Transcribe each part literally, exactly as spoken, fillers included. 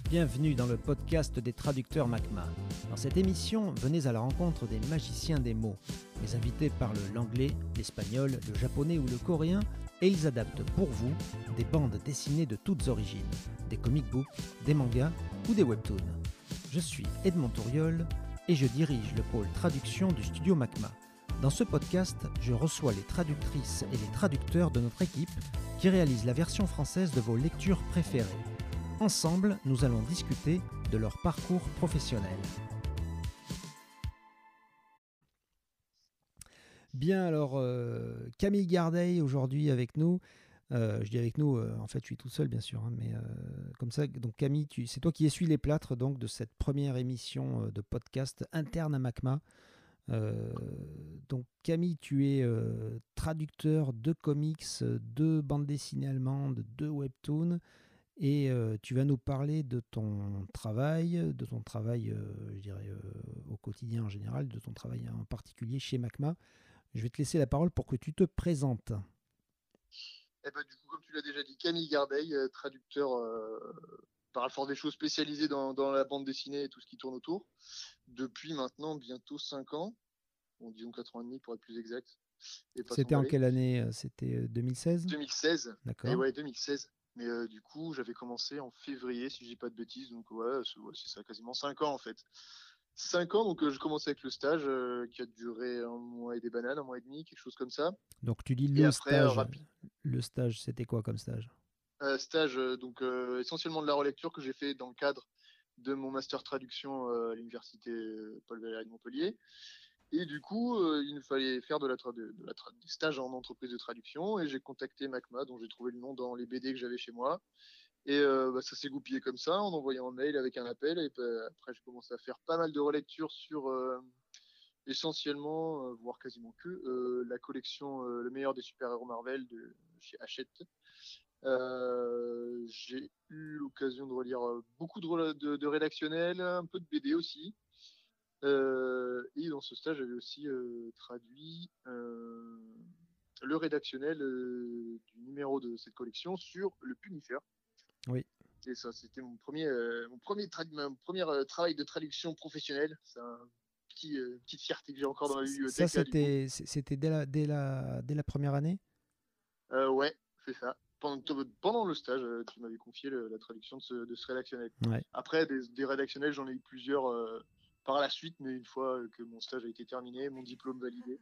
Bienvenue dans le podcast des traducteurs Macma. Dans cette émission, venez à la rencontre des magiciens des mots. Les invités parlent l'anglais, l'espagnol, le japonais ou le coréen et ils adaptent pour vous des bandes dessinées de toutes origines, des comic books, des mangas ou des webtoons. Je suis Edmond Touriol et je dirige le pôle traduction du studio Macma. Dans ce podcast, je reçois les traductrices et les traducteurs de notre équipe qui réalisent la version française de vos lectures préférées. Ensemble, nous allons discuter de leur parcours professionnel. Bien, alors, euh, Camille Gardeil aujourd'hui avec nous. Euh, je dis avec nous, euh, en fait, je suis tout seul, bien sûr, hein, mais euh, comme ça, donc Camille, tu, c'est toi qui essuies les plâtres donc, de cette première émission euh, de podcast interne à Macma. Euh, donc Camille, tu es euh, traducteur de comics, de bandes dessinées allemandes, de webtoons. Et euh, tu vas nous parler de ton travail, de ton travail, euh, je dirais, euh, au quotidien en général, de ton travail en particulier chez Macma. Je vais te laisser la parole pour que tu te présentes. Eh ben, du coup, comme tu l'as déjà dit, Camille Gardeil, euh, traducteur euh, par la force des choses spécialisé dans, dans la bande dessinée et tout ce qui tourne autour, depuis maintenant bientôt cinq ans, bon, disons quatre ans et demi pour être plus exact, et pas C'était en s'emballer. quelle année? C'était deux mille seize? deux mille seize, et D'accord. ouais, deux mille seize. Mais euh, du coup, j'avais commencé en février, si je dis pas de bêtises, donc ouais, c'est ouais, c'est ça, quasiment cinq ans en fait. cinq ans, donc euh, je commençais avec le stage euh, qui a duré un mois et des bananes, un mois et demi, quelque chose comme ça. Donc tu dis Et le après, euh, stage. rapide. Le stage, c'était quoi comme stage? Euh, stage, euh, donc euh, essentiellement de la relecture que j'ai fait dans le cadre de mon master traduction euh, à l'université euh, Paul Valéry de Montpellier. Et du coup, euh, il nous fallait faire de la, tra- de, de la tra- des stages en entreprise de traduction et j'ai contacté Macma, dont j'ai trouvé le nom dans les B D que j'avais chez moi. Et euh, bah, ça s'est goupillé comme ça, en envoyant un mail avec un appel. Et bah, après, j'ai commencé à faire pas mal de relectures sur euh, essentiellement, euh, voire quasiment que, euh, la collection euh, Le meilleur des super-héros Marvel de chez Hachette. Euh, j'ai eu l'occasion de relire euh, beaucoup de, rela- de, de rédactionnels, un peu de B D aussi. Euh, et dans ce stage, j'avais aussi euh, traduit euh, le rédactionnel euh, du numéro de cette collection sur le Punisher. Oui. Et ça, c'était mon premier, euh, mon premier, trad- mon premier euh, travail de traduction professionnelle. C'est un petit, euh, petite fierté que j'ai encore dans ma Ça, bibliothèque là, du coup. c'était, c'était dès la, dès la, dès la première année? Euh, ouais, c'est ça. Pendant, pendant le stage, euh, tu m'avais confié le- la traduction de ce, de ce rédactionnel. Ouais, Après, des, des rédactionnels, j'en ai eu plusieurs euh, par la suite, mais une fois que mon stage a été terminé, mon diplôme validé.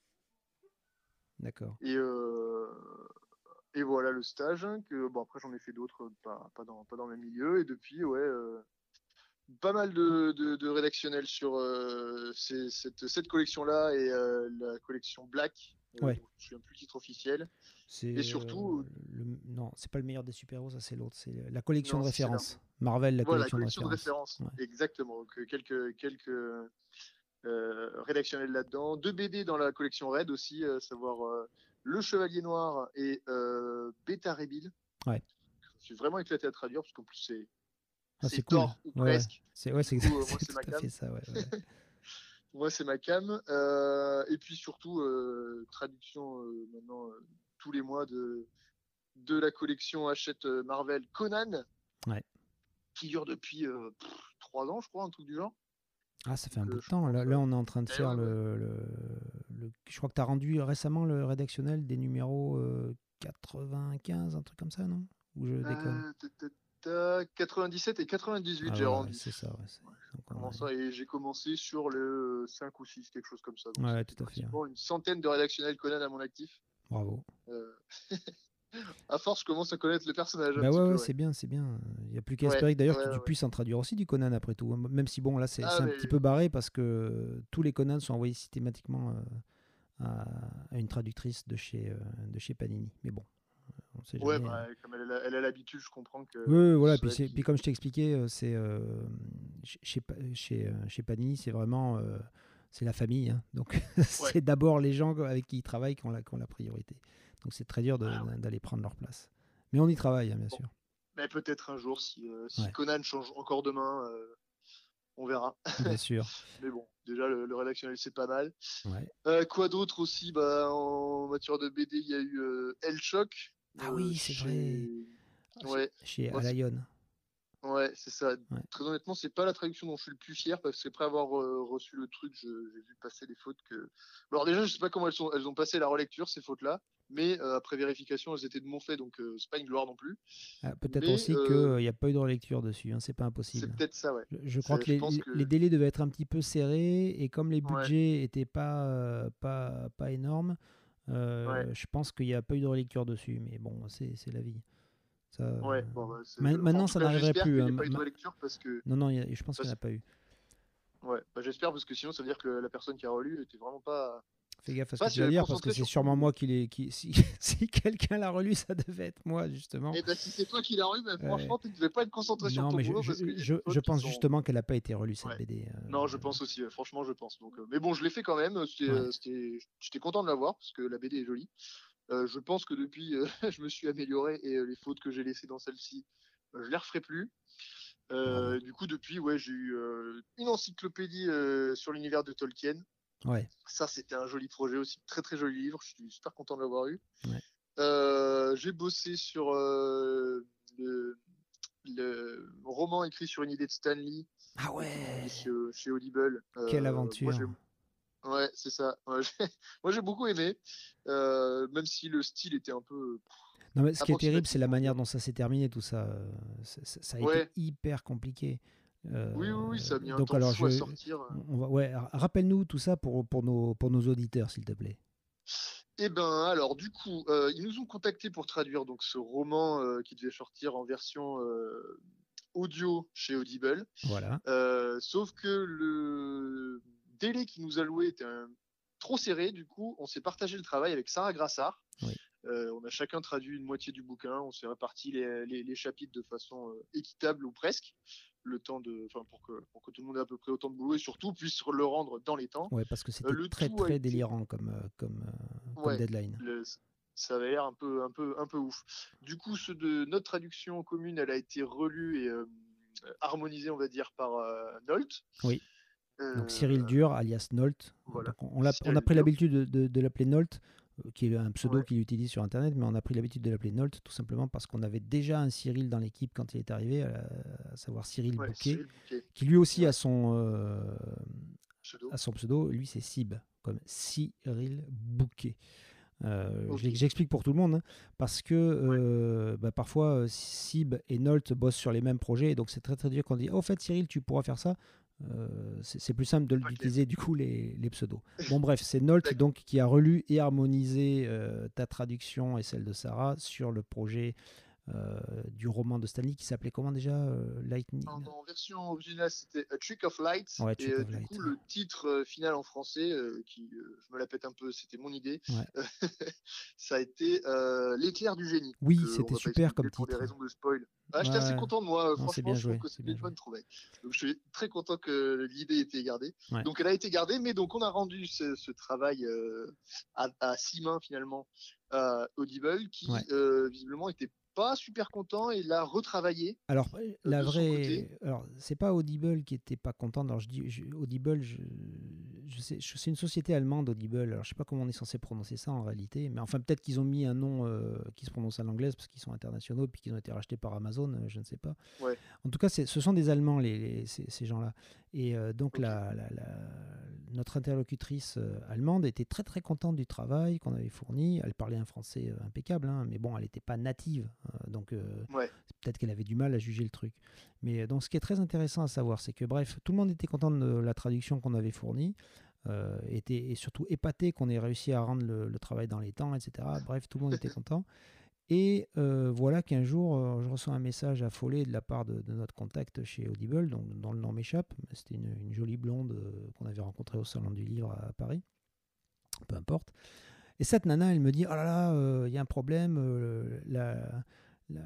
d'accord. Et, euh, et voilà le stage. Hein, que, bon, après, j'en ai fait d'autres, pas, pas, dans, pas dans le même milieu. Et depuis, ouais, euh, pas mal de, de, de rédactionnels sur euh, ces- cette, cette collection-là et euh, la collection Black, euh, Ouais. dont je ne me souviens plus le titre officiel. C'est Et euh, surtout, le, non, c'est pas le meilleur des super-héros, ça c'est l'autre. C'est la collection non, de c'est là. référence. Marvel, la Voilà, collection de collection de référence. référence, Ouais. exactement. Donc, euh, quelques quelques euh, rédactionnels là-dedans. Deux B D dans la collection Red aussi, à savoir euh, Le Chevalier Noir et euh, Beta Rebill. Ouais. Je suis vraiment éclaté à traduire, parce qu'en plus, c'est Ah, c'est c'est cool. Thor, ou Ouais, ouais. presque. C'est Donc, ouais, du c'est coup, euh, moi, c'est c'est tout ma à fait cam. ça. Ouais, ouais. Moi, c'est ma cam. Euh, et puis surtout, euh, traduction euh, maintenant euh, tous les mois de, de la collection Hachette euh, Marvel Conan, Ouais. qui dure depuis euh, pff, trois ans, je crois, un truc du genre. Ah, ça fait un Donc, bout euh, de je temps. Là, commence là, à... on est en train de Eh faire ouais, ouais. le, le, le- Je crois que tu as rendu récemment le rédactionnel des numéros euh, quatre-vingt-quinze, un truc comme ça, non? Ou je déconne? Euh, ta, ta, ta, quatre-vingt-dix-sept et quatre-vingt-dix-huit, Ah, j'ai voilà, ouais, rendu. c'est ça. Ouais, c'est- Ouais. donc on Comment a- ça? Et j'ai commencé sur le cinq ou six, quelque chose comme ça. Donc ça Ouais, fait tout à fait. Ouais. pratiquement une centaine de rédactionnels Conan à mon actif. Bravo. Euh, à force, je commence à connaître le personnage un Bah petit ouais, peu, ouais, ouais. c'est bien, c'est bien. Il n'y a plus qu'à Ouais, espérer que d'ailleurs que ouais, tu ouais. puisses en traduire aussi du Conan après tout. Même si bon, là, c'est c'est Ah, un mais petit peu barré parce que tous les Conan sont envoyés systématiquement euh, à, à une traductrice de chez, euh, de chez Panini. Mais bon, on ne sait ouais, jamais. euh. bah, comme elle, a- elle a l'habitude, je comprends Oui, que oui, voilà. ce Puis, soit elle c'est- puis qui. comme je t'ai expliqué, euh, c'est euh, chez, chez, Pa- chez, euh, chez Panini, c'est vraiment euh, c'est la famille. Hein. Donc Ouais. c'est d'abord les gens avec qui ils travaillent qui ont la, qui ont la priorité. Donc c'est très dur de- Ah, ouais. d'aller prendre leur place. Mais on y travaille, hein, bien Bon. sûr. Mais peut-être un jour, si, euh, si Ouais, Conan change encore demain, euh, on verra. bien sûr. Mais bon, déjà, le, le rédactionnel, c'est pas mal. Ouais. Euh, quoi d'autre aussi? Bah, en matière de B D, il y a eu euh, El Choc Ah euh, oui, c'est vrai. chez. Chez, Ouais. chez Moi, c'est Alayon. Ouais, c'est ça. Ouais. Très honnêtement, c'est pas la traduction dont je suis le plus fier parce qu'après avoir euh, reçu le truc, je- j'ai vu passer des fautes que. Alors déjà, je sais pas comment elles sont, elles ont passé la relecture ces fautes-là, mais euh, après vérification, elles étaient de mon fait, donc euh, c'est pas une gloire non plus. Ah, peut-être Mais aussi qu'il euh, n'y a pas eu de relecture dessus, hein, c'est pas c'est impossible. peut-être ça, ouais. Je, je crois C'est- que Je pense les, les que délais devaient être un petit peu serrés et comme les ouais, budgets n'étaient pas, euh, pas, pas énormes, ouais, euh, je pense qu'il n'y a pas eu de relecture dessus. Mais bon, c'est c'est la vie. Ça, euh, ouais. Bon, bah, c'est- ma- enfin, en Maintenant, tout ça cas, n'arriverait j'espère plus, qu'il hein. n'y a Ma- pas eu de ma- relecture parce que Non, non, il y a- je pense qu'il n'y en parce- a pas eu. ouais, bah, j'espère parce que sinon, ça veut dire que la personne qui a relu était vraiment pas Fais gaffe à ce que pas tu vas dire parce que concentrée c'est sur sûrement tout. moi qui l'ai. Qui, si si quelqu'un l'a relu, ça devait être moi, justement. Et ben si c'est toi qui l'as relu, ben Ouais. franchement, tu ne devais pas être concentré sur Non, ton mais je, boulot je, parce qu'il y a je, des je fautes qui pense sont. justement qu'elle n'a pas été relue, cette Ouais. B D. Non, je euh, pense aussi. ouais. Franchement, je pense. Donc, euh, mais bon, je l'ai fait quand même. C'était, ouais. euh, c'était, j'étais content de l'avoir parce que la B D est jolie. Euh, je pense que depuis, euh, je me suis amélioré et euh, les fautes que j'ai laissées dans celle-ci, euh, je les referai plus. Bravo. Euh, du coup, depuis, ouais, j'ai eu euh, une encyclopédie euh, sur l'univers de Tolkien. Ouais. Ça, c'était un joli projet aussi, très très joli livre. Je suis super content de l'avoir eu. Ouais. Euh, j'ai bossé sur euh, le, le roman écrit sur une idée de Stanley Ah euh, qui est publié chez, ouais, chez Audible. quelle Euh, moi, aventure. j'ai, ouais, c'est ça. Ouais, j'ai- moi, j'ai beaucoup aimé, euh, même si le style était un peu pff, Non, mais ce qui est terrible, c'est approximatif, la on va manière dire. dont ça s'est terminé, tout ça. euh, ça, ça- ça a été Ouais, hyper compliqué. Euh, oui, oui, oui, ça a mis un donc temps alors, fou à je, sortir. on va, ouais, rappelle-nous tout ça pour, pour, nos, pour nos auditeurs, s'il te plaît. Eh ben, alors, du coup, euh, ils nous ont contactés pour traduire donc ce roman euh, qui devait sortir en version euh, audio chez Audible. Voilà. Euh, sauf que le délai qu'ils nous alloué était un- trop serré. Du coup, on s'est partagé le travail avec Sarah Grassard. Oui. Euh, on a chacun traduit une moitié du bouquin. On s'est réparti les, les- les chapitres de façon euh, équitable ou presque. Le temps de, enfin, pour que, pour que tout le monde ait à peu près autant de boulot et surtout puisse le rendre dans les temps. Ouais, parce que Euh, c'était le très, tout a très été, délirant comme, euh, comme, euh, comme ouais, deadline. le- ça avait l'air un peu, un peu, un peu ouf. Du coup, ce de notre traduction commune, elle a été relue et euh, harmonisée, on va dire, par euh, Nolt. Oui. Donc Cyril Euh, Dur, alias Nolt. voilà, Donc on, on l'a- on a Cyril pris Dur. l'habitude de, de- de l'appeler Nolt, euh, qui est un pseudo Ouais, qu'il utilise sur Internet, mais on a pris l'habitude de l'appeler Nolt tout simplement parce qu'on avait déjà un Cyril dans l'équipe quand il est arrivé, à, à savoir Cyril ouais, Bouquet, Cyril Bouquet. qui lui aussi a Ouais, son, euh, pseudo. a son pseudo. Lui, c'est Sib, comme Cyril Bouquet. Euh, Ok. je J'explique pour tout le monde, hein, parce que Ouais, euh, bah, parfois euh, Sib et Nolt bossent sur les mêmes projets, et donc c'est très très dur quand on dit oh, au fait Cyril tu pourras faire ça. Euh, c'est c'est plus simple de- ok. d'utiliser du coup les, les pseudos. Bon bref, c'est Nolt D'accord. donc qui a relu et harmonisé euh, ta traduction et celle de Sarah sur le projet euh, du roman de Stanley qui s'appelait comment déjà euh, Lightning. En, en version originale, c'était A Trick of Light. Ouais, Et Trick euh, of du Light. coup, le titre euh, final en français, euh, qui, euh, je me la pète un peu, c'était mon idée, Ouais. ça a été euh, L'éclair du génie. Oui, Que on c'était va pas super expliquer comme pour des titre. raisons de spoil. Ah, Ouais, j'étais assez ouais. content de moi. Non, c'est Franchement, bien je trouve joué, que c'est c'était bien une joué. bonne trouvaille. Donc, je suis très content que l'idée ait été gardée. Ouais. Donc, elle a été gardée, mais donc on a rendu ce, ce travail euh, à, à six mains finalement à Audible, qui Ouais. euh, visiblement était pas super content et l'a retravaillé Alors, euh, la de son côté. vraie. Alors, c'est pas Audible qui était pas content. Alors, je dis je- Audible, je, je sais, je- c'est une société allemande, Audible. Alors, je sais pas comment on est censé prononcer ça en réalité. Mais enfin, peut-être qu'ils ont mis un nom euh, qui se prononce à l'anglaise parce qu'ils sont internationaux puis qu'ils ont été rachetés par Amazon, euh, je ne sais pas. Ouais, En tout cas, c'est- ce sont des Allemands, les, les- ces, ces gens-là. Et euh, donc, ok. la, la- la- notre interlocutrice euh, allemande était très très contente du travail qu'on avait fourni. Elle parlait un français euh, impeccable, hein, mais bon, elle n'était pas native. euh, donc, euh, Ouais, peut-être qu'elle avait du mal à juger le truc. Mais euh, donc, ce qui est très intéressant à savoir, c'est que, bref, tout le monde était content de la traduction qu'on avait fournie. Euh, était, et surtout épaté qu'on ait réussi à rendre le, le travail dans les temps, et cetera. Bref, tout le monde était content. Et euh, voilà qu'un jour, euh, je reçois un message affolé de la part de, de notre contact chez Audible, donc, dont le nom m'échappe. C'était une, une jolie blonde euh, qu'on avait rencontrée au Salon du Livre à, à Paris. Peu importe. Et cette nana, elle me dit, oh là là, il euh, y a un problème, euh, la, la,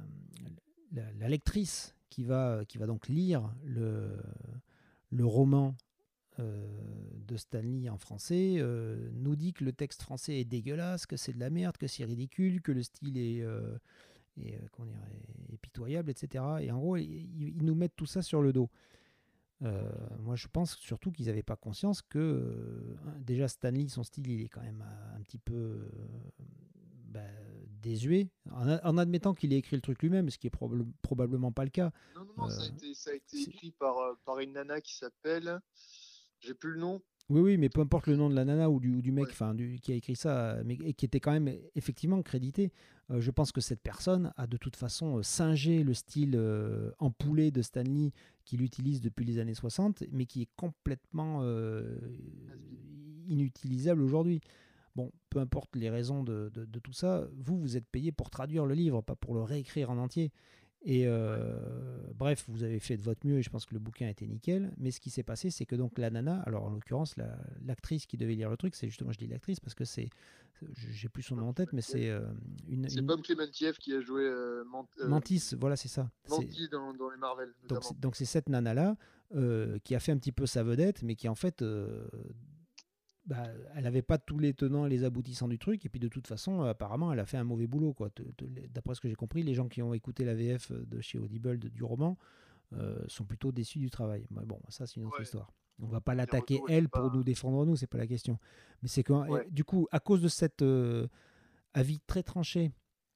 la, la lectrice qui va, qui va donc lire le, le roman euh, de Stanley en français euh, nous dit que le texte français est dégueulasse, que c'est de la merde, que c'est ridicule, que le style est, euh, est, euh, comment dire, est, est pitoyable, et cetera. Et en gros, ils, ils nous mettent tout ça sur le dos. Euh, moi, je pense surtout qu'ils n'avaient pas conscience que euh, déjà Stanley, son style, il est quand même un petit peu, euh, bah, désuet, en, en admettant qu'il ait écrit le truc lui-même, ce qui est proba- probablement pas le cas. Non, non, non, ça a Euh, été, ça a été c'est- écrit par, euh, par une nana qui s'appelle. J'ai plus le nom. Oui, oui, mais peu importe le nom de la nana ou du, ou du mec, Ouais. enfin, du, qui a écrit ça, euh, mais et qui était quand même effectivement crédité. Euh, je pense que cette personne a de toute façon euh, singé le style euh, empoulé de Stanley qu'il utilise depuis les années soixante, mais qui est complètement euh, Has-been. inutilisable aujourd'hui. Bon, peu importe les raisons de, de- de tout ça, vous, vous êtes payé pour traduire le livre, pas pour le réécrire en entier. Et Ouais. euh, bref, vous avez fait de votre mieux et je pense que le bouquin était nickel. Mais ce qui s'est passé, c'est que donc la nana, alors en l'occurrence, la- l'actrice qui devait lire le truc, c'est justement, je dis l'actrice parce que c'est, j'ai plus son nom Pomme en tête, mais Clémentieff. c'est euh, une, C'est une Pomme Clémentieff qui a joué euh, Mant- euh, Mantis, voilà, c'est ça. C'est, Mantis dans, dans les Marvel, donc, notamment. c'est, donc c'est cette nana-là euh, qui a fait un petit peu sa vedette, mais qui en fait euh, bah, elle n'avait pas tous les tenants et les aboutissants du truc. Et puis de toute façon, euh, apparemment, elle a fait un mauvais boulot, quoi. Te- te- D'après ce que j'ai compris, les gens qui ont écouté la V F de chez Audible de- du roman euh, sont plutôt déçus du travail. Mais bon, ça, c'est une autre Ouais. histoire. On va pas Les l'attaquer, retours étaient elle, pour pas. nous défendre, nous, c'est pas la question. Mais c'est que, euh, Ouais. du coup, à cause de cet euh, avis très tranché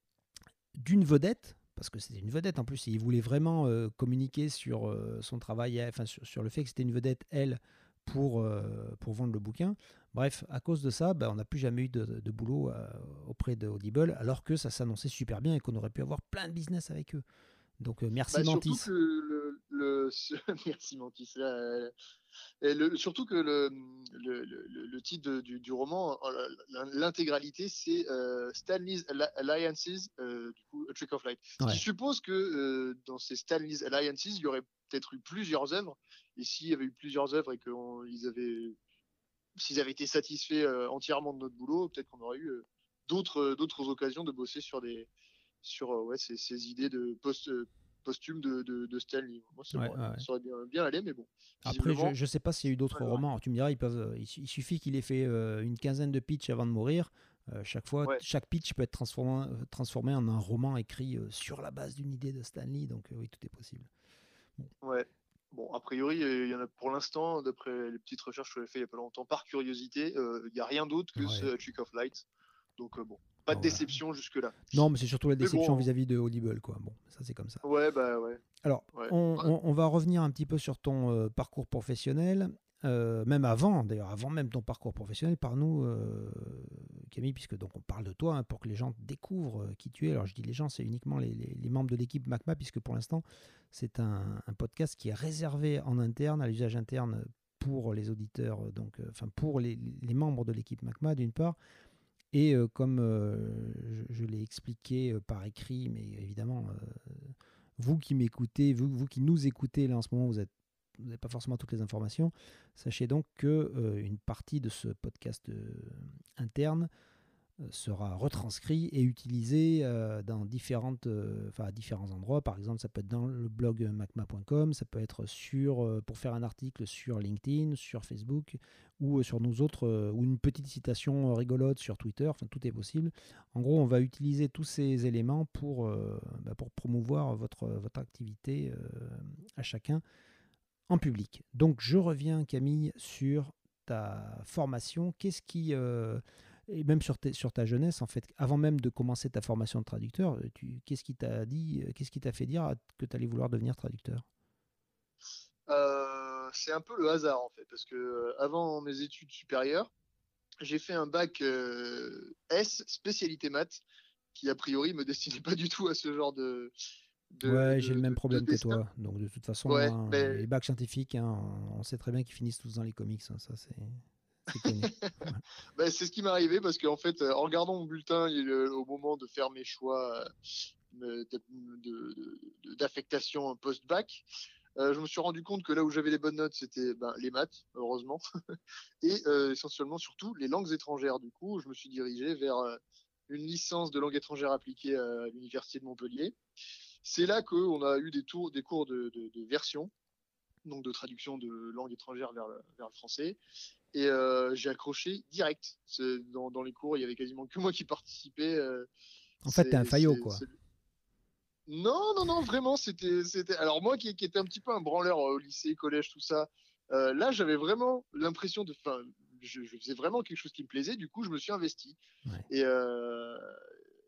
d'une vedette, parce que c'était une vedette en plus, et il voulait vraiment euh, communiquer sur euh, son travail, enfin sur, sur le fait que c'était une vedette, elle, pour, euh, pour vendre le bouquin. Bref, à cause de ça, bah, on n'a plus jamais eu de, de boulot euh, auprès de Audible, alors que ça s'annonçait super bien et qu'on aurait pu avoir plein de business avec eux. Donc euh, merci Bah, surtout Mantis. que le, le, ce- merci Mantis. Là, euh, et le, surtout que le, le, le, le titre de- du, du roman, euh, l'intégralité, c'est euh, Stanley's Alli- Alliances, euh, du coup, A Trick of Light. Ce qui Ouais. suppose que euh, dans ces Stanley's Alliances, il y aurait peut-être eu plusieurs œuvres. Et s'il y avait eu plusieurs œuvres et qu'ils avaient, s'ils avaient été satisfaits euh, entièrement de notre boulot, peut-être qu'on aurait eu euh, d'autres, d'autres occasions de bosser sur des, sur euh, ouais, ces, ces idées de post, euh, posthume de, de, de Stanley. Moi, ça Ouais, m'aurait, ouais, ouais. ça aurait bien, bien allé, mais bon, Après, je visiblement, ne sais pas s'il y a eu c'est d'autres mal barré. romans. Alors, tu me diras, ils peuvent, euh, il, su- il suffit qu'il ait fait euh, une quinzaine de pitchs avant de mourir. Euh, chaque fois, Ouais, chaque pitch peut être transformé, euh, transformé en un roman écrit euh, sur la base d'une idée de Stanley. Donc, euh, oui, tout est possible. Bon. ouais. Bon, a priori, euh, il y en a pour l'instant, d'après les petites recherches que j'ai fait il y a pas longtemps, par curiosité, euh, il n'y a rien d'autre que ce Ouais. A Trick of Light. Donc, euh, bon, pas de Bon, voilà. déception jusque-là. Non, mais c'est surtout la Mais déception bon, vis-à-vis de Audible, quoi. Bon, ça, c'est comme ça. ouais, bah ouais. Alors, Ouais. on, Ouais. on- on va revenir un petit peu sur ton euh, parcours professionnel, euh, même avant, d'ailleurs, avant même ton parcours professionnel, par nous, euh, Camille, puisque donc on parle de toi hein, pour que les gens découvrent euh, qui tu es. Alors, je dis les gens, c'est uniquement les, les- les membres de l'équipe MACMA, puisque pour l'instant, c'est un, un podcast qui est réservé en interne, à l'usage interne pour les auditeurs, euh, donc, euh, enfin pour les, les membres de l'équipe MACMA, d'une part. Et euh, comme euh, je, je l'ai expliqué euh, par écrit, mais évidemment, euh, vous qui m'écoutez, vous, vous qui nous écoutez là en ce moment, vous êtes vous n'avez pas forcément toutes les informations. Sachez donc que euh, une partie de ce podcast euh, interne euh, sera retranscrit et utilisé euh, dans différentes, euh, enfin, à différents endroits. Par exemple, ça peut être dans le blog macma point com, ça peut être sur, euh, pour faire un article sur LinkedIn, sur Facebook ou euh, sur nos autres, euh, ou une petite citation rigolote sur Twitter. Enfin, tout est possible. En gros, on va utiliser tous ces éléments pour, euh, bah, pour promouvoir votre, votre activité euh, à chacun en public. Donc, je reviens, Camille, sur ta formation. Qu'est-ce qui, euh, et même sur, tes- sur ta jeunesse, en fait, avant même de commencer ta formation de traducteur, euh, tu, qu'est-ce qui t'a dit, euh, qu'est-ce qui t'a fait dire que tu allais vouloir devenir traducteur? Euh, c'est un peu le hasard, en fait, parce que euh, avant mes études supérieures, j'ai fait un bac euh, S, spécialité maths, qui a priori me destinait pas du tout à ce genre de, de, Ouais, j'ai le de, même de, de problème que destin. toi. Donc, de toute façon, Ouais, hein, mais les bacs scientifiques, hein, on sait très bien qu'ils finissent tous dans les comics. Hein, ça, c'est, c'est connu. bah, c'est ce qui m'est arrivé parce qu'en fait, euh, en regardant mon bulletin il, euh, au moment de faire mes choix euh, de- de- de- d'affectation post-bac, euh, je me suis rendu compte que là où j'avais les bonnes notes, c'était ben, les maths, heureusement, et euh, essentiellement surtout les langues étrangères. Du coup, je me suis dirigé vers euh, une licence de langue étrangère appliquée à l'université de Montpellier. C'est là qu'on a eu des, tours, des cours de, de, de version, donc de traduction de langue étrangère vers le, vers le français. Et euh, j'ai accroché direct. Dans, dans, les cours, il y avait quasiment que moi qui participais. Euh, En fait, t'es un c'est, faillot, c'est, quoi. c'est... Non, non, non, vraiment, c'était, c'était. Alors moi, qui, qui était un petit peu un branleur euh, au lycée, collège, tout ça, euh, là, j'avais vraiment l'impression de. Enfin, je, je faisais vraiment quelque chose qui me plaisait. Du coup, je me suis investi. Ouais. Et, euh,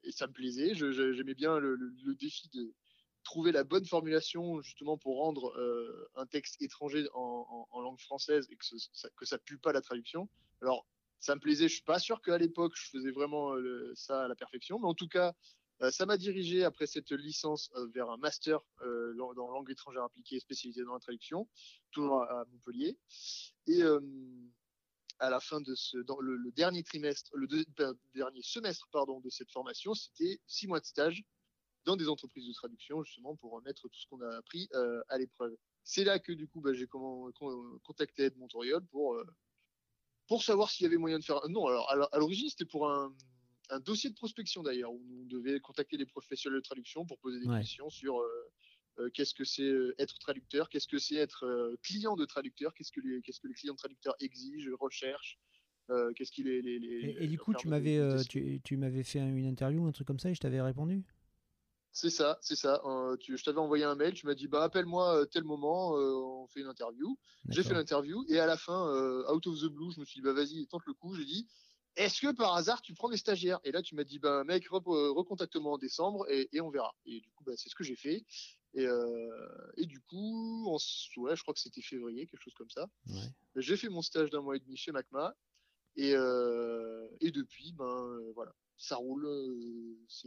et ça me plaisait. Je, je, j'aimais bien le, le, le défi de trouver la bonne formulation justement pour rendre euh, un texte étranger en, en, en langue française et que, ce, ça, que ça pue pas la traduction. Alors, ça me plaisait. Je suis pas sûr qu'à l'époque, je faisais vraiment euh, ça à la perfection, mais en tout cas, euh, ça m'a dirigé après cette licence euh, vers un master euh, dans, dans langue étrangère appliquée spécialisé dans la traduction, toujours à, à Montpellier. Et euh, à la fin de ce, dans le, le dernier trimestre, le deux, dernier semestre, pardon, de cette formation, c'était six mois de stage dans des entreprises de traduction, justement, pour remettre tout ce qu'on a appris euh, à l'épreuve. C'est là que, du coup, bah, j'ai comment, contacté Ed Montoriol pour, euh, pour savoir s'il y avait moyen de faire. Non, alors, à l'origine, c'était pour un, un dossier de prospection, d'ailleurs, où on devait contacter les professionnels de traduction pour poser des Ouais. questions sur euh, euh, qu'est-ce que c'est être traducteur, qu'est-ce que c'est être euh, client de traducteur, qu'est-ce que, les, qu'est-ce que les clients de traducteurs exigent, recherchent, euh, qu'est-ce qu'il est. Les, les, Et, et du leur coup, tu permet de, m'avais, de euh, tester. tu, tu m'avais fait une interview, un truc comme ça, et je t'avais répondu. C'est ça, c'est ça. Euh, tu, je t'avais envoyé un mail, tu m'as dit bah appelle-moi euh, tel moment, euh, on fait une interview. J'ai fait D'accord. l'interview et à la fin, euh, out of the blue, je me suis dit bah vas-y, tente le coup. J'ai dit est-ce que par hasard tu prends des stagiaires? Et là tu m'as dit bah mec, re- euh, recontacte-moi en décembre et, et on verra. Et du coup bah c'est ce que j'ai fait. Et, euh, et du coup, en, ouais, je crois que c'était février, quelque chose comme ça. Ouais. J'ai fait mon stage d'un mois et demi chez Macma et, euh, et depuis ben euh, voilà, ça roule. Euh, c'est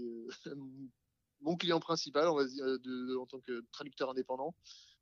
mon client principal, on va dire, de, de, en tant que traducteur indépendant.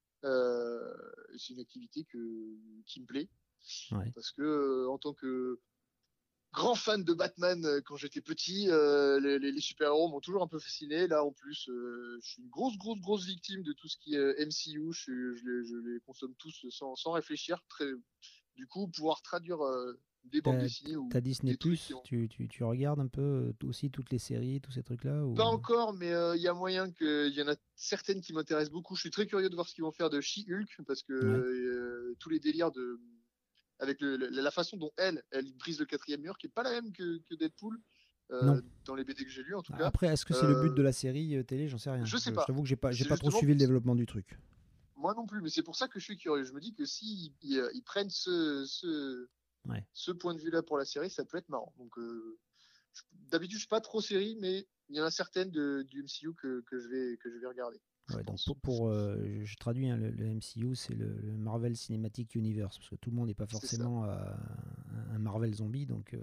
Euh, c'est une activité que, qui me plaît Ouais. parce que euh, en tant que grand fan de Batman euh, quand j'étais petit, euh, les, les, les super-héros m'ont toujours un peu fasciné. Là, en plus, euh, je suis une grosse, grosse, grosse victime de tout ce qui est M C U. Je, je, les, je les consomme tous sans, sans réfléchir. Très, du coup, pouvoir traduire euh, des bandes T'as, dessinées ou t'as Disney+, des trucs qui ont tu, tu, tu regardes un peu euh, aussi toutes les séries, tous ces trucs-là pas ou... encore, mais il euh, y a moyen que il y en a certaines qui m'intéressent beaucoup. Je suis très curieux de voir ce qu'ils vont faire de She-Hulk parce que Ouais. euh, tous les délires de avec le, la façon dont elle, elle brise le quatrième mur, qui est pas la même que, que Deadpool Non. euh, dans les B D que j'ai lus en tout cas. Après, est-ce que c'est le but de Euh, la série euh, télé? J'en sais rien. je sais Je, je pas. t'avoue que j'ai pas, j'ai C'est pas trop justement suivi le développement du truc. moi non plus, mais c'est pour ça que je suis curieux. Je me dis que si ils, ils, ils prennent ce, ce, Ouais. ce point de vue-là pour la série, ça peut être marrant. Donc euh, d'habitude, je suis pas trop série, mais il y en a certaines de, du M C U que, que je vais que je vais regarder, je Ouais, donc pense. pour, pour, euh, je, je traduis hein, le, le M C U, c'est le, le Marvel Cinematic Universe, parce que tout le monde n'est pas C'est ça. forcément euh, un Marvel zombie, donc euh,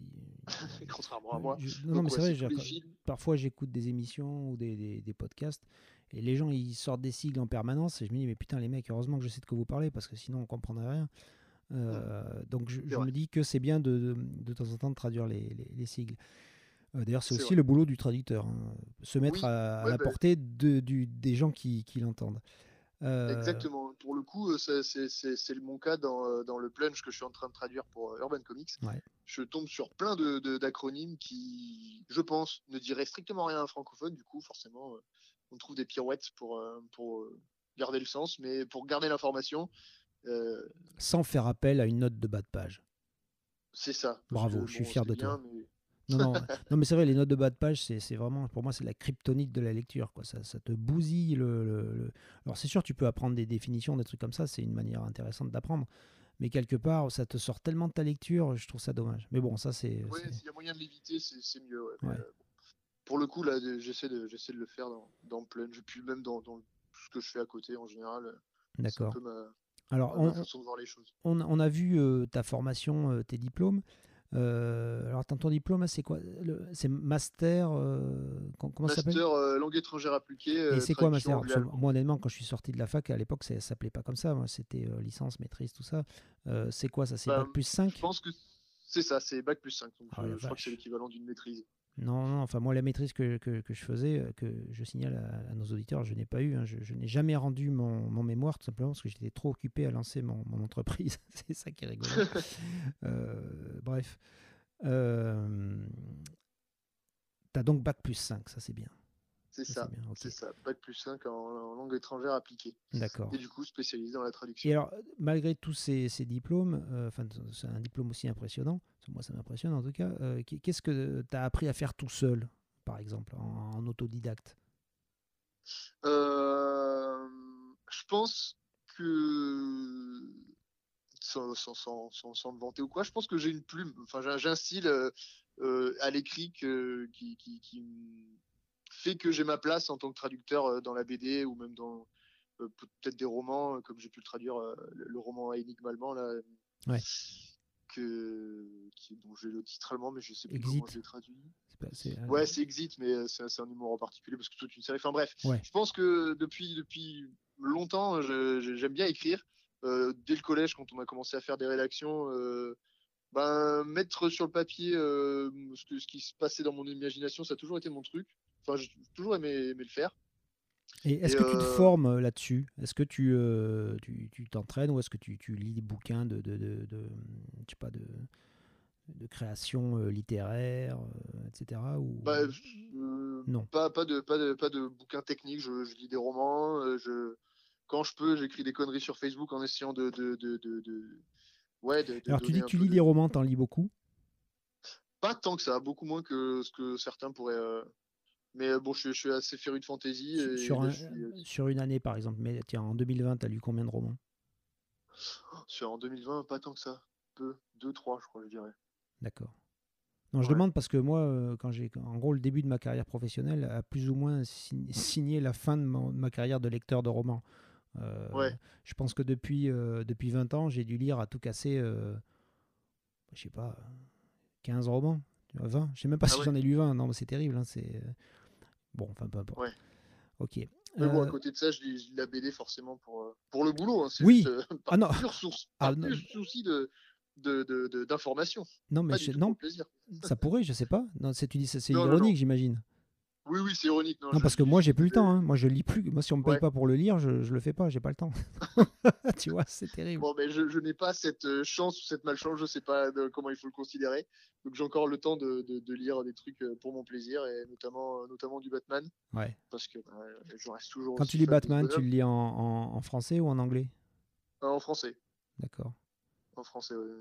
il- Contrairement à euh, moi. je- non, non, mais Donc c'est ouais, vrai, c'est je- tous les films. parfois j'écoute des émissions ou des, des, des podcasts, et les gens ils sortent des sigles en permanence, et je me dis, mais putain les mecs, heureusement que je sais de quoi vous parlez, parce que sinon on comprendrait rien. Mmh, Euh, donc je, c'est je vrai. me dis que c'est bien de, de, de temps en temps de traduire les, les, les sigles. Euh, D'ailleurs, c'est C'est aussi vrai. le boulot du traducteur, hein, se mettre Oui, à, à ouais, la bah, portée de, du, des gens qui, qui l'entendent. Euh, exactement. Pour le coup, euh, c'est c'est- c'est- c'est mon cas dans, euh, dans le plunge que je suis en train de traduire pour euh, Urban Comics. ouais, Je tombe sur plein de, de- d'acronymes qui, je pense, ne diraient strictement rien à un francophone. Du coup, forcément, euh, on trouve des pirouettes pour, euh, pour euh, garder le sens, mais pour garder l'information, euh, sans faire appel à une note de bas de page. c'est ça. Parce Bravo, que je suis bon, fier c'est de toi. bien, mais Non, non, non, mais c'est vrai, les notes de bas de page, c'est c'est vraiment, pour moi, c'est la kryptonite de la lecture. Quoi. Ça, ça te bousille le, le- le- Alors, c'est sûr, tu peux apprendre des définitions, des trucs comme ça, c'est une manière intéressante d'apprendre. Mais quelque part, ça te sort tellement de ta lecture, je trouve ça dommage. Mais bon, ça, c'est. ouais, c'est- s'il y a moyen de l'éviter, c'est c'est mieux. Ouais. Mais Ouais, euh, pour le coup, là, j'essaie de, j'essaie de le faire dans, dans plunge, puis même dans, dans tout ce que je fais à côté en général. euh, C'est un d'accord. peu ma, Alors, ma, ma on, façon de voir les choses. on, on a vu euh, ta formation, euh, tes diplômes. Euh, alors, ton ton diplôme, là, c'est quoi? Le- C'est master. euh, com- comment ça s'appelle? Master euh, langue étrangère appliquée, Et euh, c'est quoi traduction master? Parce que anglais-allemand. moi, honnêtement, quand je suis sorti de la fac, à l'époque, ça s'appelait pas comme ça. Moi, c'était euh, licence, maîtrise, tout ça. Euh, c'est quoi ça? C'est bac Bah, plus je cinq? pense que c'est ça, c'est bac plus cinq. Donc Ah ouais, la je, je crois que c'est vache. l'équivalent d'une maîtrise. Non, non, enfin, moi, la maîtrise que, que, que je faisais, euh, que je signale à, à nos auditeurs, je n'ai pas eu. Hein. Je, je n'ai jamais rendu mon, mon mémoire, tout simplement parce que j'étais trop occupé à lancer mon, mon entreprise. C'est ça qui est rigolo. Euh, bref. Euh, T'as donc bac plus cinq, ça c'est bien. C'est Ça c'est ça, bien, ok. c'est ça. Bac plus cinq en, en langue étrangère appliquée. D'accord. Et du coup, spécialisé dans la Et traduction. alors, malgré tous ces, ces diplômes, euh, enfin, c'est un diplôme aussi impressionnant, moi ça m'impressionne en tout cas, euh, qu'est-ce que tu as appris à faire tout seul, par exemple, en, en autodidacte? Euh, je pense que sans, sans, sans, sans, sans me vanter ou quoi. Je pense que j'ai une plume, enfin j'ai, j'ai un style euh, euh, à l'écrit que, qui, qui, qui fait que j'ai ma place en tant que traducteur euh, dans la B D ou même dans euh, peut-être des romans, euh, comme j'ai pu le traduire, euh, le, le roman à énigme allemand là, Ouais. que, qui, dont j'ai le titre allemand, mais je sais plus comment je Exit. l'ai traduit. C'est pas- c'est, euh, Ouais, c'est Exit, mais euh, c'est, c'est un humour en particulier parce que c'est toute une série. Enfin bref, Ouais. je pense que depuis, depuis longtemps, je, je, j'aime bien écrire. Euh, dès le collège, quand on a commencé à faire des rédactions, euh, ben, mettre sur le papier euh, ce, que, ce qui se passait dans mon imagination, ça a toujours été mon truc. Enfin, j'ai toujours aimé, aimé le faire. Et Et est-ce que tu te euh, formes euh, là-dessus? Est-ce que tu euh, tu, tu t'entraînes ou est-ce que tu, tu lis des bouquins de, de, de, de- je sais pas, de, de création euh, littéraire, euh, et cetera. Ou bah, euh, non? pas, pas, de, pas, de, pas de bouquins techniques, je, je lis des romans, euh, je, quand je peux, j'écris des conneries sur Facebook en essayant de, de, de, de, de ouais, de, de Alors tu donner dis que un tu peu lis des de. romans, t'en lis beaucoup? Pas tant que ça, beaucoup moins que ce que certains pourraient. euh, Mais euh, bon, je, suis- je suis assez féru de fantasy Sur, et sur là, un- je suis euh, sur une année par exemple, mais tiens, en deux mille vingt, t'as lu combien de romans? sur en deux mille vingt, pas tant que ça. Peu, deux, trois, je crois, je dirais. D'accord. Non, je Ouais, demande parce que moi, euh, quand j'ai, en gros, le début de ma carrière professionnelle a plus ou moins si- signé la fin de, mon- de ma carrière de lecteur de romans. Euh, ouais. je pense que depuis, euh, depuis vingt ans, j'ai dû lire à tout casser, euh, je sais pas, quinze romans, tu vois, vingt. Je sais même pas Ah si ouais, j'en ai lu vingt. Non, mais c'est terrible, hein, c'est... euh, Bon, enfin, peu importe. ouais. Ok. Mais bon, à Euh, côté de ça, je lis, je lis la B D forcément pour, euh, pour le boulot, hein. C'est juste oui. euh, Ah par non. pure source, Ah, par non, pur souci de, de, de, de- d'information. non, mais Pas du je- tout pour non, le plaisir. ça pourrait, je sais pas. Non, c'est, tu dis, c'est c'est Non, non, ironique, non. j'imagine. Oui, oui, c'est ironique. Non, Non, je, parce je que lis moi, j'ai juste plus le temps, des. hein. Moi, je lis plus. Moi, si on me paye Ouais. pas pour le lire, je, je le fais pas. J'ai pas le temps. Tu vois, c'est terrible. Bon, mais je, je n'ai pas cette euh, chance ou cette malchance, je sais pas de, comment il faut le considérer. Donc j'ai encore le temps de, de, de lire des trucs euh, pour mon plaisir, et notamment, euh, notamment du Batman, Ouais. parce que bah, je reste toujours Quand tu aussi lis fan de ce Batman, tu bonhomme. le lis en, en- en français ou en anglais? Ah, en français. D'accord. En français, ouais.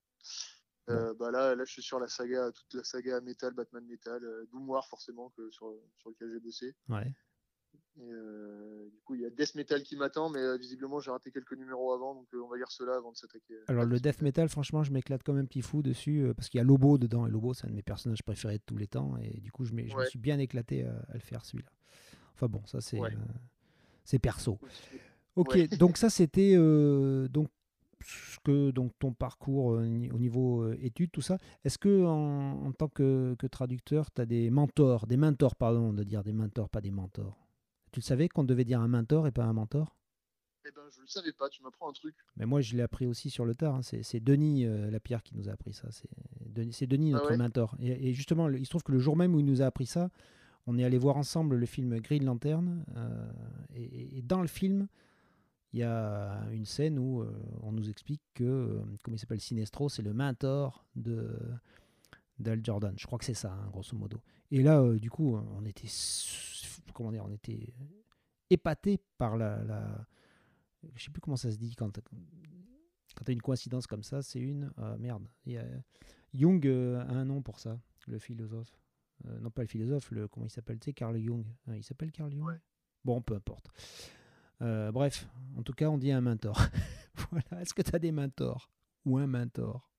Bon. Euh, bah là, là, je suis sur la saga, toute la saga Metal, Batman Metal, euh, Doom War forcément, que, sur, sur lequel j'ai bossé. Ouais. Et, euh, du coup, il y a Death Metal qui m'attend, mais euh, visiblement, j'ai raté quelques numéros avant, donc euh, on va lire cela avant de s'attaquer euh, Alors, à le Death death Metal. metal, franchement, je m'éclate comme un petit fou dessus euh, parce qu'il y a Lobo dedans. Et Lobo, c'est un de mes personnages préférés de tous les temps. Et du coup, je, m'ai- je me Ouais, suis bien éclaté à, à le faire, celui-là. Enfin bon, ça, c'est ouais. euh, c'est perso. Aussi. Ok, Ouais. donc ça, c'était euh, donc ce que donc ton parcours euh, ni- au niveau euh, études, tout ça. Est-ce que en, en tant que, que traducteur, tu as des mentors, des mentors, pardon, de dire des mentors, pas des mentors. Tu le savais qu'on devait dire un mentor et pas un mentor? Eh ben, je le savais pas, tu m'apprends un truc. Mais moi, je l'ai appris aussi sur le tard, hein. C'est c'est Denis euh, Lapierre qui nous a appris ça. C'est Denis, c'est Denis, Ah notre ouais? mentor. Et, et justement, le- il se trouve que le jour même où il nous a appris ça, on est allé voir ensemble le film Green Lantern. euh, et, et dans le film, il y a une scène où euh, on nous explique que, euh, comment il s'appelle, Sinestro, c'est le mentor de d'Al Jordan. Je crois que c'est ça, hein, grosso modo. Et là, euh, du coup, on était, s- comment dire, on était épaté par la, la, je sais plus comment ça se dit quand quand tu as une coïncidence comme ça, c'est une euh, merde. Il y a, Jung euh, a un nom pour ça, le philosophe. Euh, non pas le philosophe, le comment il s'appelle, tu sais, Carl Jung. Euh, il s'appelle Carl Jung. Ouais. Bon, peu importe. Euh, bref, en tout cas, on dit un mentor. Voilà. Est-ce que tu as des mentors ou un mentor?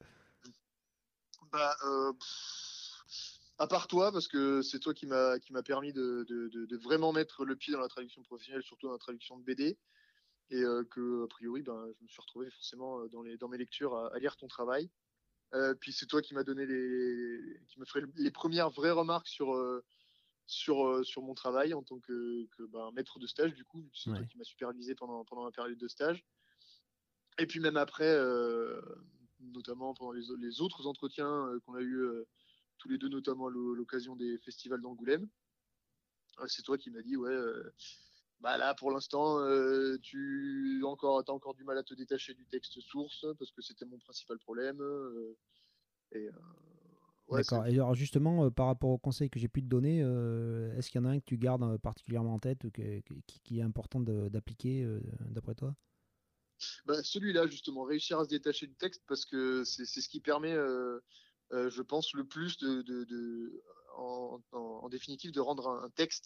Bah, euh, pff, à part toi, parce que c'est toi qui m'a qui m'a permis de, de, de, de vraiment mettre le pied dans la traduction professionnelle, surtout dans la traduction de B D, et euh, que a priori, ben, je me suis retrouvé forcément euh, dans les dans mes lectures à, à lire ton travail. Euh, puis c'est toi qui m'a donné les qui me ferait les premières vraies remarques sur euh, sur euh, sur mon travail en tant que, que ben, maître de stage. Du coup, vu que c'est toi Ouais. qui m'as supervisé pendant pendant ma période de stage. Et puis même après, euh, notamment pendant les, les autres entretiens euh, qu'on a eu euh, tous les deux, notamment à l'occasion des festivals d'Angoulême, euh, c'est toi qui m'as dit, ouais, euh, bah là pour l'instant, euh, tu encore, as encore du mal à te détacher du texte source parce que c'était mon principal problème. euh, et euh, ouais, c'est D'accord. Et alors justement, euh, par rapport au conseil que j'ai pu te donner, euh, est-ce qu'il y en a un que tu gardes euh, particulièrement en tête, que- que- qui, qui est important de- d'appliquer, euh, d'après toi? bah, celui-là justement, réussir à se détacher du texte parce que c'est c'est ce qui permet, euh, euh, je pense, le plus de, de, de en, en, en, définitive de rendre un, un texte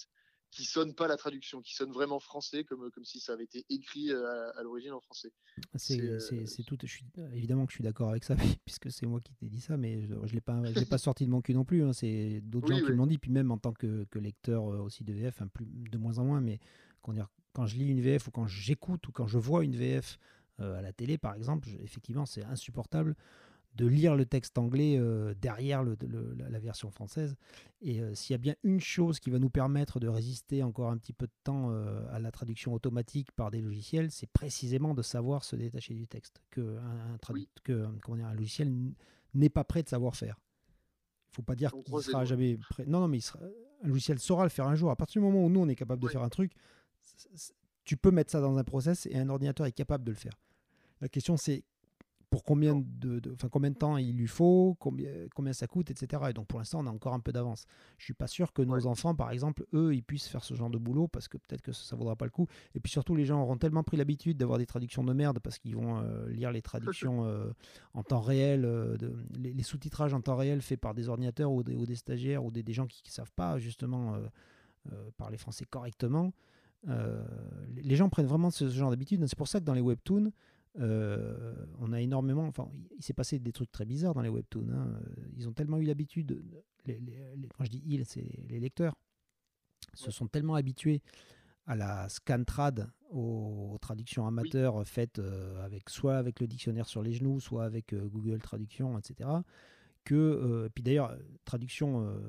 qui sonne pas la traduction, qui sonne vraiment français, comme, comme si ça avait été écrit à, à l'origine en français. C'est, c'est, c'est, c'est tout. Je suis, évidemment que je suis d'accord avec ça, puisque c'est moi qui t'ai dit ça, mais je ne l'ai pas, je l'ai pas sorti de mon cul non plus. Hein, c'est d'autres oui, gens qui oui. me l'ont dit, puis même en tant que, que lecteur aussi de V F, hein, plus, de moins en moins, mais quand, dire, quand je lis une V F ou quand j'écoute ou quand je vois une V F euh, à la télé, par exemple, je, effectivement, c'est insupportable de lire le texte anglais euh, derrière le, le, la, la version française. Et euh, s'il y a bien une chose qui va nous permettre de résister encore un petit peu de temps euh, à la traduction automatique par des logiciels, c'est précisément de savoir se détacher du texte, que un, un, tradu- oui. que, comment dire, un logiciel n'est pas prêt de savoir faire. Il ne faut pas dire on qu'il ne sera jamais prêt. Non, non, mais il sera... un logiciel saura le faire un jour. À partir du moment où nous, on est capable de oui. faire un truc, c'est, c'est... tu peux mettre ça dans un process et un ordinateur est capable de le faire. La question, c'est pour combien de, de, enfin, combien de temps il lui faut, combien, combien ça coûte, et cetera. Et donc pour l'instant, on a encore un peu d'avance. Je ne suis pas sûr que nos ouais. enfants, par exemple, eux, ils puissent faire ce genre de boulot parce que peut-être que ça ne vaudra pas le coup. Et puis surtout, les gens auront tellement pris l'habitude d'avoir des traductions de merde parce qu'ils vont euh, lire les traductions euh, en temps réel, euh, de, les, les sous-titrages en temps réel faits par des ordinateurs ou des, ou des stagiaires ou des, des gens qui ne savent pas justement euh, euh, parler français correctement. Euh, les gens prennent vraiment ce, ce genre d'habitude. C'est pour ça que dans les webtoons, Euh, on a énormément, enfin, il s'est passé des trucs très bizarres dans les webtoons. Hein. Ils ont tellement eu l'habitude, les, les, les, quand je dis ils, c'est les lecteurs, se ouais. sont tellement habitués à la scantrad, aux, aux traductions amateurs oui. faites euh, avec soit avec le dictionnaire sur les genoux, soit avec euh, Google Traduction, et cetera. Que, euh, puis d'ailleurs, traduction euh,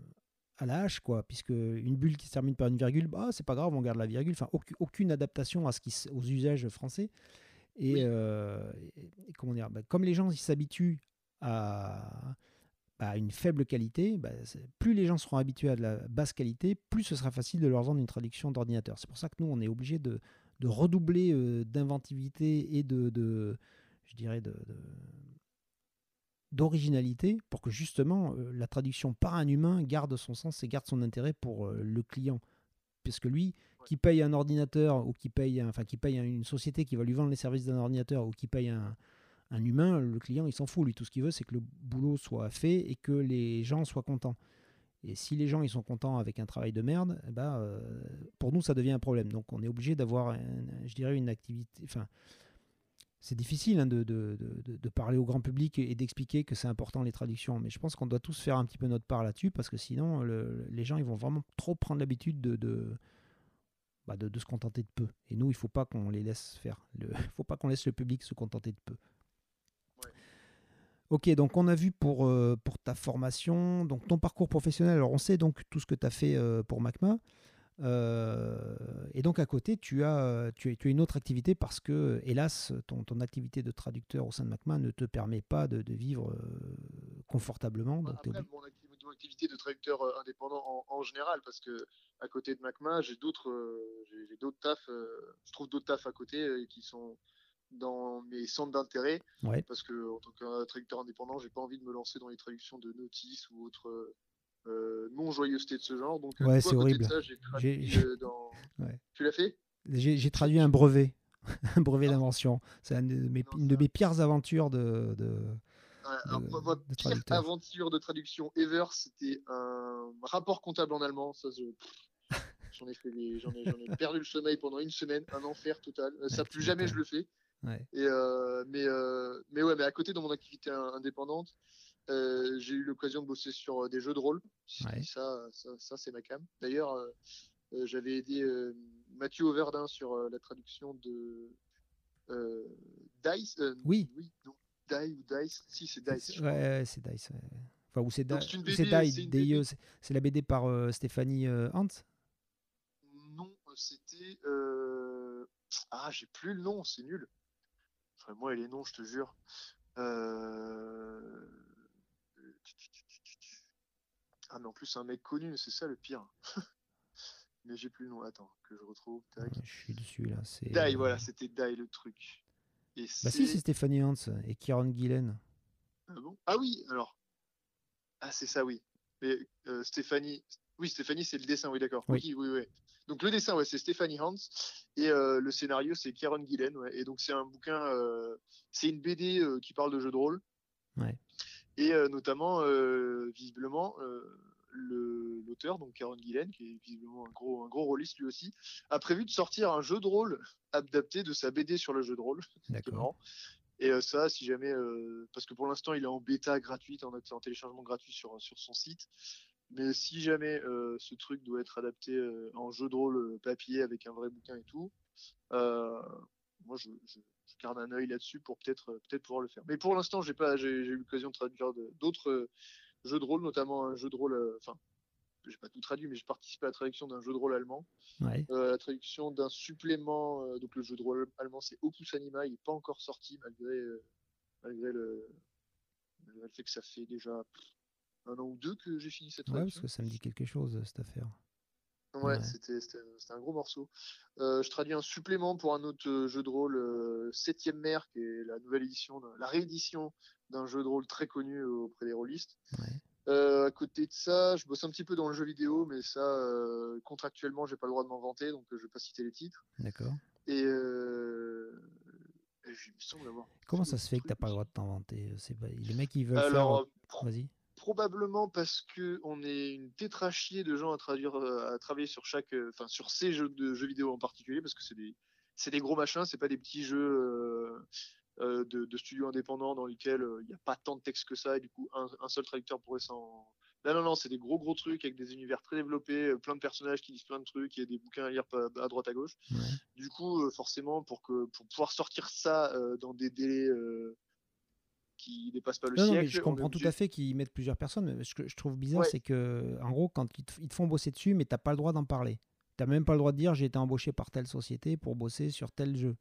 à la hache, quoi, puisque une bulle qui se termine par une virgule, bah, c'est pas grave, on garde la virgule. Enfin, aucune, aucune adaptation à ce qui, aux usages français. Et, oui. euh, et, et comment dire, bah, comme les gens ils s'habituent à, à une faible qualité, bah, plus les gens seront habitués à de la basse qualité, plus ce sera facile de leur vendre une traduction d'ordinateur. C'est pour ça que nous, on est obligé de, de redoubler euh, d'inventivité et de, de je dirais, de, de, d'originalité pour que justement euh, la traduction par un humain garde son sens et garde son intérêt pour euh, le client. Parce que lui, qui paye un ordinateur ou qui paye, un, enfin, qui paye une société qui va lui vendre les services d'un ordinateur ou qui paye un, un humain, le client, il s'en fout. Lui, tout ce qu'il veut, c'est que le boulot soit fait et que les gens soient contents. Et si les gens ils sont contents avec un travail de merde, eh ben, euh, pour nous, ça devient un problème. Donc, on est obligé d'avoir, un, je dirais, une activité... Enfin, c'est difficile hein, de, de, de, de parler au grand public et d'expliquer que c'est important les traductions. Mais je pense qu'on doit tous faire un petit peu notre part là-dessus parce que sinon, le, les gens ils vont vraiment trop prendre l'habitude de... de Bah de, de se contenter de peu. Et nous, il ne faut pas qu'on les laisse faire. Il ne faut pas qu'on laisse le public se contenter de peu. Ouais. Ok, donc on a vu pour, euh, pour ta formation, donc ton parcours professionnel. Alors on sait donc tout ce que tu as fait euh, pour MACMA. Euh, et donc à côté, tu as, tu, as, tu as une autre activité parce que, hélas, ton, ton activité de traducteur au sein de MACMA ne te permet pas de, de vivre euh, confortablement. Donc après, mon, acti- mon activité de traducteur euh, indépendant en, en général, parce que à côté de MACMA, j'ai d'autres, euh, j'ai, j'ai d'autres tafs, euh, je trouve d'autres tafs à côté euh, qui sont dans mes centres d'intérêt, ouais. parce que en tant que traducteur indépendant, j'ai pas envie de me lancer dans les traductions de notices ou autres euh, non-joyeuseté de ce genre. Donc, ouais, du coup, c'est à côté horrible. de ça, j'ai traduit j'ai... euh, dans. Ouais. Tu l'as fait? J'ai, j'ai traduit un brevet, un brevet ah d'invention. C'est une de mes, non, une de mes pires aventures de, de, ouais, alors, de, ma de pire traducteur. aventure de traduction ever, c'était un rapport comptable en allemand. Ça, je... J'en ai fait des, j'en ai, j'en ai perdu le sommeil pendant une semaine, un enfer total. Ouais, ça, plus jamais je le fais. Ouais. Et euh, mais, euh, mais ouais, mais à côté de mon activité indépendante, euh, j'ai eu l'occasion de bosser sur des jeux de rôle. Ouais. Ça, ça, ça, c'est ma cam. D'ailleurs, euh, euh, j'avais aidé euh, Mathieu Auverdin sur euh, la traduction de euh, Dice. Euh, oui. Oui, non, Die ou Dice. Si, c'est Dice. C'est, je ouais, ouais, c'est Dice. Ouais. Enfin, ou c'est, Donc, da- c'est une ou B D. c'est Die, C'est, une D I E, B D. c'est, c'est la B D par euh, Stéphanie euh, Hans. Non, c'était. Euh... Ah, j'ai plus le nom, c'est nul. Enfin, moi et les noms, je te jure. Euh... Ah, mais en plus, c'est un mec connu, c'est ça le pire. Mais j'ai plus le nom. Attends, que je retrouve. Tac. Ouais, je suis dessus là. C'est, Die, euh... voilà, c'était Die le truc. Et bah c'est... si, c'est Stéphanie Hans et Kieran Gillen. Ah bon? Ah oui, alors. Ah, c'est ça, oui. Mais euh, Stéphanie. Oui, Stéphanie, c'est le dessin, oui, d'accord. Oui, oui, oui, oui. Donc le dessin, ouais, c'est Stéphanie Hans. Et euh, le scénario, c'est Kieran Gillen. Ouais. Et donc c'est un bouquin. Euh... C'est une B D euh, qui parle de jeux de rôle. Ouais. Et euh, notamment, euh, visiblement, euh, le, l'auteur, donc Kieron Gillen, qui est visiblement un gros, un gros rôliste lui aussi, a prévu de sortir un jeu de rôle adapté de sa B D sur le jeu de rôle, ce qui est D'accord. marrant. Et euh, ça, si jamais, euh, parce que pour l'instant, il est en bêta gratuite, en, en téléchargement gratuit sur, sur son site. Mais si jamais euh, ce truc doit être adapté euh, en jeu de rôle euh, papier avec un vrai bouquin et tout, euh, moi je, je, je garde un œil là-dessus pour peut-être euh, peut-être pouvoir le faire. Mais pour l'instant, j'ai pas j'ai, j'ai eu l'occasion de traduire de- d'autres euh, jeux de rôle, notamment un jeu de rôle. euh, Enfin, j'ai pas tout traduit, mais j'ai participé à la traduction d'un jeu de rôle allemand, Ouais. euh, la traduction d'un supplément. Euh, donc le jeu de rôle allemand, c'est Opus Anima, il n'est pas encore sorti malgré euh, malgré le, malgré le fait que ça fait déjà un an ou deux que j'ai fini cette Ouais, parce traduction. que ça me dit quelque chose, cette affaire. Ouais, Ouais. c'était c'était c'était un gros morceau. Euh, je traduis un supplément pour un autre euh, jeu de rôle, euh, Septième Mer, qui est la nouvelle édition, de- la réédition d'un jeu de rôle très connu euh, auprès des rôlistes. Ouais. Euh, à côté de ça, je bosse un petit peu dans le jeu vidéo, mais ça, euh, contractuellement, j'ai pas le droit de m'en vanter, donc euh, je vais pas citer les titres. D'accord. Et, euh, et il me semble avoir Comment fait ça se d'autres fait que t'as trucs pas le aussi. droit de t'inventer? C'est pas... Les mecs, ils veulent faire. Alors, euh, pro- Vas-y. probablement parce que on est une tétrachier de gens à traduire, euh, à travailler sur chaque, euh, enfin sur ces jeux de jeux vidéo en particulier, parce que c'est des, c'est des gros machins, c'est pas des petits jeux euh, euh, de, de studios indépendants dans lesquels euh, il n'y a pas tant de texte que ça, et du coup un, un seul traducteur pourrait s'en. Là, non, non, c'est des gros gros trucs avec des univers très développés, euh, plein de personnages qui disent plein de trucs, il y a des bouquins à lire à droite à gauche. Ouais. Du coup, euh, forcément, pour que pour pouvoir sortir ça euh, dans des délais euh, qui dépassent pas le Non, non, mais je siècle, on est comprends tout à obligé. fait qu'ils mettent plusieurs personnes. Mais ce que je trouve bizarre, Ouais, c'est que, en gros, quand ils te, ils te font bosser dessus, mais t'as pas le droit d'en parler. T'as même pas le droit de dire j'ai été embauché par telle société pour bosser sur tel jeu.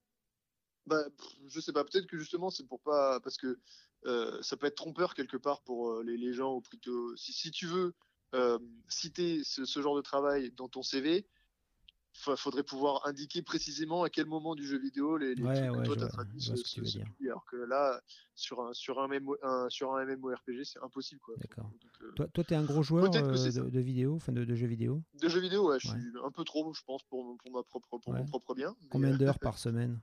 bah, pff, je sais pas, peut-être que justement c'est pour pas, parce que euh, ça peut être trompeur quelque part pour euh, les, les gens, ou plutôt si, si tu veux euh, citer ce, ce genre de travail dans ton C V, fa- faudrait pouvoir indiquer précisément à quel moment du jeu vidéo les, les Ouais, trucs que ouais, toi je tu as vois, traduits je vois se, ce que tu se, veux se dire. publient. Alors que là, sur un, sur un, M M O, un- sur un MMORPG, c'est impossible quoi. Faut- D'accord. donc, euh, Toi, toi, t'es un gros joueur peut-être que c'est euh, ça. de, de vidéos, enfin de, de jeux vidéo. De jeux vidéo, ouais, je Ouais, suis un peu trop, je pense, pour, mon- pour, ma propre, pour mon ouais. propre bien. Mais, Combien euh, d'heures par semaine?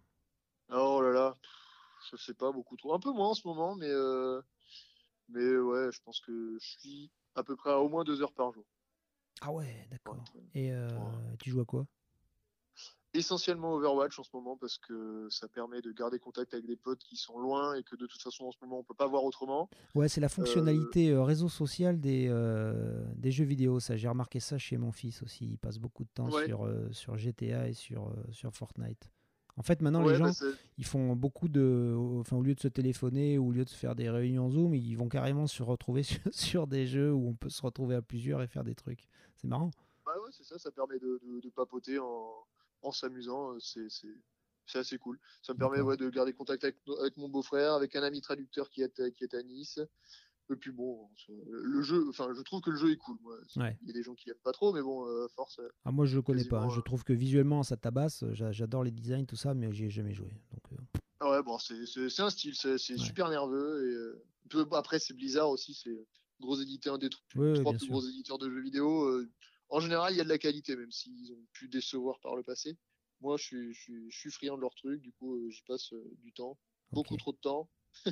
oh là là, je sais pas, beaucoup trop. Un peu moins en ce moment, mais euh, Mais ouais, je pense que je suis à peu près à au moins deux heures par jour. Ah ouais, Pour d'accord. être- Et pour, euh, euh, tu joues à quoi? essentiellement Overwatch en ce moment parce que ça permet de garder contact avec des potes qui sont loin et que de toute façon en ce moment on peut pas voir autrement. Ouais, c'est la Euh, fonctionnalité euh, réseau social des, euh, des jeux vidéo. Ça, j'ai remarqué ça chez mon fils aussi. Il passe beaucoup de temps ouais, sur, euh, sur G T A et sur, euh, sur Fortnite. En fait, maintenant, les ouais, bah gens, c'est ils font beaucoup de. Enfin, au lieu de se téléphoner ou au lieu de se faire des réunions Zoom, ils vont carrément se retrouver sur, sur des jeux où on peut se retrouver à plusieurs et faire des trucs. C'est marrant. bah ouais, c'est ça, ça permet de, de, de papoter en, en s'amusant, euh, c'est c'est c'est assez cool. Ça me permet D'accord. ouais, de garder contact avec, avec mon beau-frère, avec un ami traducteur qui est, qui est à Nice. Et puis bon, le jeu, enfin, je trouve que le jeu est cool. Moi. Ouais. Il y a des gens qui aiment pas trop, mais bon, euh, force, euh, Ah, moi, je le connais pas, hein. quasiment. Je euh, trouve que visuellement, ça tabasse. J'a- J'adore les designs, tout ça, mais j'y ai jamais joué. Donc, euh, Ah ouais, bon, c'est c'est- c'est un style, c'est c'est ouais. super nerveux. Et, euh, peu- après, c'est Blizzard aussi, c'est le gros éditeur, un des tr- Oui, oui, trois bien plus sûr. gros éditeurs de jeux vidéo. Euh, en général, il y a de la qualité, même s'ils ont pu décevoir par le passé. Moi, je suis, je suis, je suis friand de leur truc, du coup, euh, j'y passe euh, du temps, Ok. beaucoup trop de temps.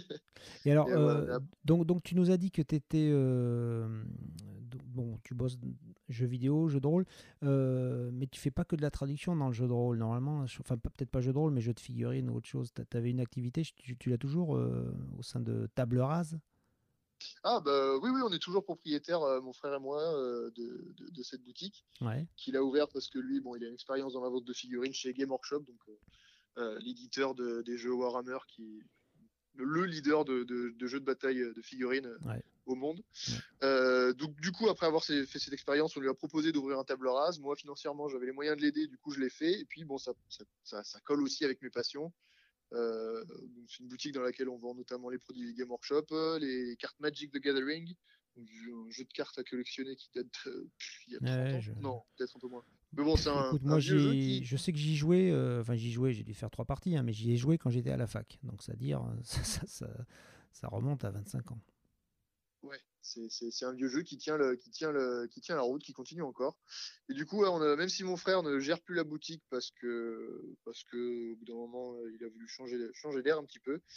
Et alors, Et voilà. euh, Mais ap- donc, donc, tu nous as dit que tu étais. Euh, donc, bon, tu bosses jeux vidéo, jeux de rôle, euh, mais tu fais pas que de la traduction dans le jeu de rôle. Normalement, je- enfin, peut-être pas jeu de rôle, mais jeu de figurines ou autre chose. Tu avais une activité, tu, tu l'as toujours euh, au sein de Table Rase? Ah, bah oui, oui, on est toujours propriétaire, euh, mon frère et moi, euh, de, de, de cette boutique Ouais, qu'il a ouverte parce que lui, bon, il a une expérience dans la vente de figurines chez Game Workshop, donc euh, euh, l'éditeur de, des jeux Warhammer qui, le leader de, de, de jeux de bataille de figurines ouais, au monde. ouais. Euh, donc du coup, après avoir fait cette expérience, on lui a proposé d'ouvrir un table rase. Moi, financièrement, j'avais les moyens de l'aider, du coup, je l'ai fait. Et puis, bon, ça, ça, ça, ça colle aussi avec mes passions. Euh, c'est une boutique dans laquelle on vend notamment les produits Game Workshop, euh, les cartes Magic the Gathering, donc, un jeu de cartes à collectionner qui date de, pff, il y a trente Ouais, ans. je... Non, peut-être un peu moins. Mais bon, c'est Pff, un, écoute, un moi, vieux jeu j'y ai- qui, je sais que j'y jouais, euh, enfin, j'y jouais, j'ai dû faire trois parties, hein, mais j'y ai joué quand j'étais à la fac. Donc, c'est-à-dire, euh, ça, ça, ça, ça remonte à vingt-cinq ans. ouais, c'est, c'est, c'est un vieux jeu qui tient, le, qui, tient le, qui tient la route, qui continue encore. Et du coup, ouais, on a, même si mon frère ne gère plus la boutique parce que, parce que au bout d'un moment, euh, il a voulu changer, changer d'air un petit peu,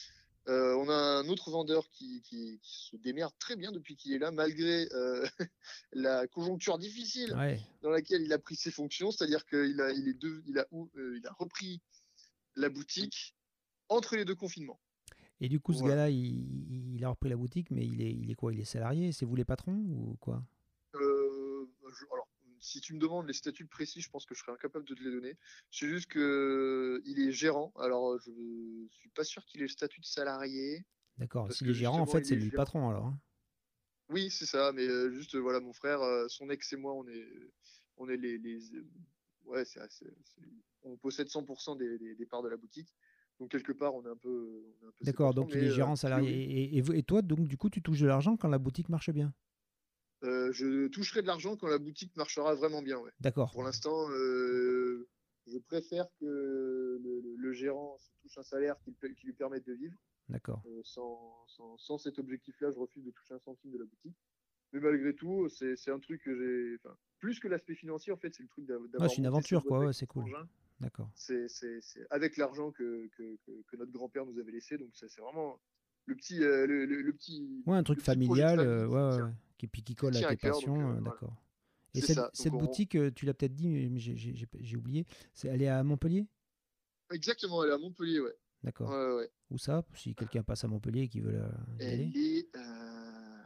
Euh, on a un autre vendeur qui, qui, qui se démerde très bien depuis qu'il est là, malgré euh, la conjoncture difficile Ouais. dans laquelle il a pris ses fonctions, c'est-à-dire qu'il a, il est deux, il a, euh, il a repris la boutique entre les deux confinements. Et du coup, ce Voilà. gars-là, il, il a repris la boutique, mais il est, il est quoi? Il est salarié? C'est vous les patrons ou quoi? Euh, je- alors, si tu me demandes les statuts précis, je pense que je serais incapable de te les donner. C'est juste que il est gérant. Alors, je suis pas sûr qu'il ait le statut de salarié, D'accord. parce S'il est que gérant, en justement, fait, il c'est est lui le gérant. patron alors, hein. Oui, c'est ça. Mais euh, juste, euh, voilà, mon frère, euh, son ex et moi, on est, on est les, les- euh, ouais, c'est, assez- c'est- on possède cent pour cent des, des- des parts de la boutique. Donc quelque part, on est un peu, on est un peu ses D'accord, patrons. donc il Mais est euh, a gérant salarié. priori, Et, et, et toi, donc, du coup, tu touches de l'argent quand la boutique marche bien? Euh, je toucherai de l'argent quand la boutique marchera vraiment bien. Ouais. D'accord. Pour l'instant, euh, je préfère que le, le- le gérant se touche un salaire qui, le- qui lui permette de vivre. D'accord. Euh, sans, sans- sans cet objectif-là, je refuse de toucher un centime de la boutique. Mais malgré tout, c'est c'est un truc que j'ai. Enfin, plus que l'aspect financier, en fait, c'est le truc d'av- Ouais, d'avoir c'est une monté cette aventure, boîte quoi. avec Ouais, c'est mon cool. frangin. D'accord. C'est c'est- c'est avec l'argent que, que, que- que notre grand-père nous avait laissé. Donc, ça, c'est vraiment le petit, euh, le, le- le petit, Ouais, un truc le petit projet de familial, famille euh, ouais, qui ouais, tient, ouais. Qui, puis qui qui me colle à tient à tes cœur. Donc, passions, euh, euh, voilà. d'accord. Et C'est cette, ça. Donc, cette on, boutique, euh, tu l'as peut-être dit, mais j'ai j'ai- j'ai- j'ai oublié. C'est, elle est à Montpellier? exactement, elle est à Montpellier, ouais. D'accord. Ouais, ouais, ouais. Où ça? Si quelqu'un passe à Montpellier et qui veut euh, y Elle aller? est. euh,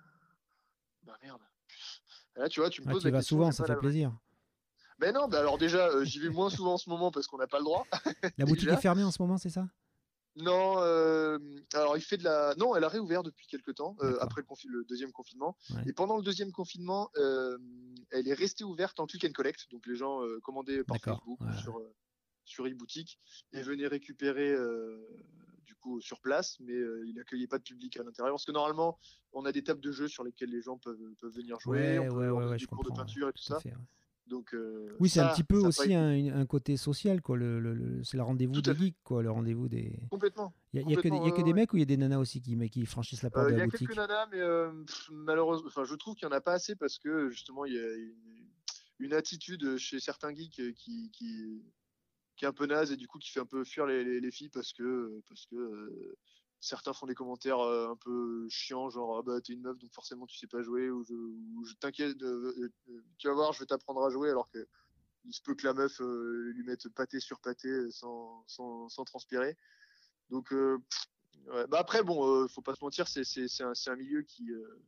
Bah merde. Là, tu vois, tu me Ah, poses tu y la vas question, souvent, j'ai ça pas fait l'adresse. plaisir. Mais non, bah alors déjà, euh, j'y vais moins souvent en ce moment parce qu'on n'a pas le droit, La boutique est déjà. fermée en ce moment, c'est ça? Non, euh, alors il fait de la. Non, elle a réouvert depuis quelques temps, euh, D'accord. après le, confi- le deuxième confinement. Ouais. Et pendant le deuxième confinement, euh, elle est restée ouverte en click and collect. Donc les gens euh, commandaient par D'accord. Facebook Ouais. ou sur, euh, sur e-boutique et venaient récupérer euh, du coup sur place, mais euh, il n'accueillait pas de public à l'intérieur. Parce que normalement, on a des tables de jeu sur lesquelles les gens peuvent, peuvent venir jouer, on Ouais, peut ouais, leur ouais, donner ouais, des je cours de comprends. Ouais. peinture et tout Tout à ça. fait. Ouais. Donc euh, Oui, c'est un petit ça, peu ça n'a pas aussi été un, un côté social, quoi. Le, le- le- c'est le rendez-vous tout des à fait. geeks, quoi. Le rendez-vous des. Complètement. Il y a, y a que des, Complètement, y a ouais, que ouais, des ouais. mecs ou il y a des nanas aussi qui, qui franchissent la porte Euh, de Il la y a quelques boutique? nanas, mais euh, pff, malheureusement, enfin, je trouve qu'il n'y en a pas assez parce que justement, il y a une, une attitude chez certains geeks euh, qui, qui, qui est un peu naze et du coup qui fait un peu fuir les, les, les filles parce que, parce que euh, certains font des commentaires euh, un peu chiants, genre ah bah t'es une meuf donc forcément tu sais pas jouer ou je, ou je t'inquiète, euh, euh, tu vas voir, je vais t'apprendre à jouer alors que il se peut que la meuf euh, lui mette pâté sur pâté sans, sans, sans transpirer. Donc euh, ouais. Bah après bon, euh, faut pas se mentir, c'est c'est c'est un, c'est un milieu qui euh,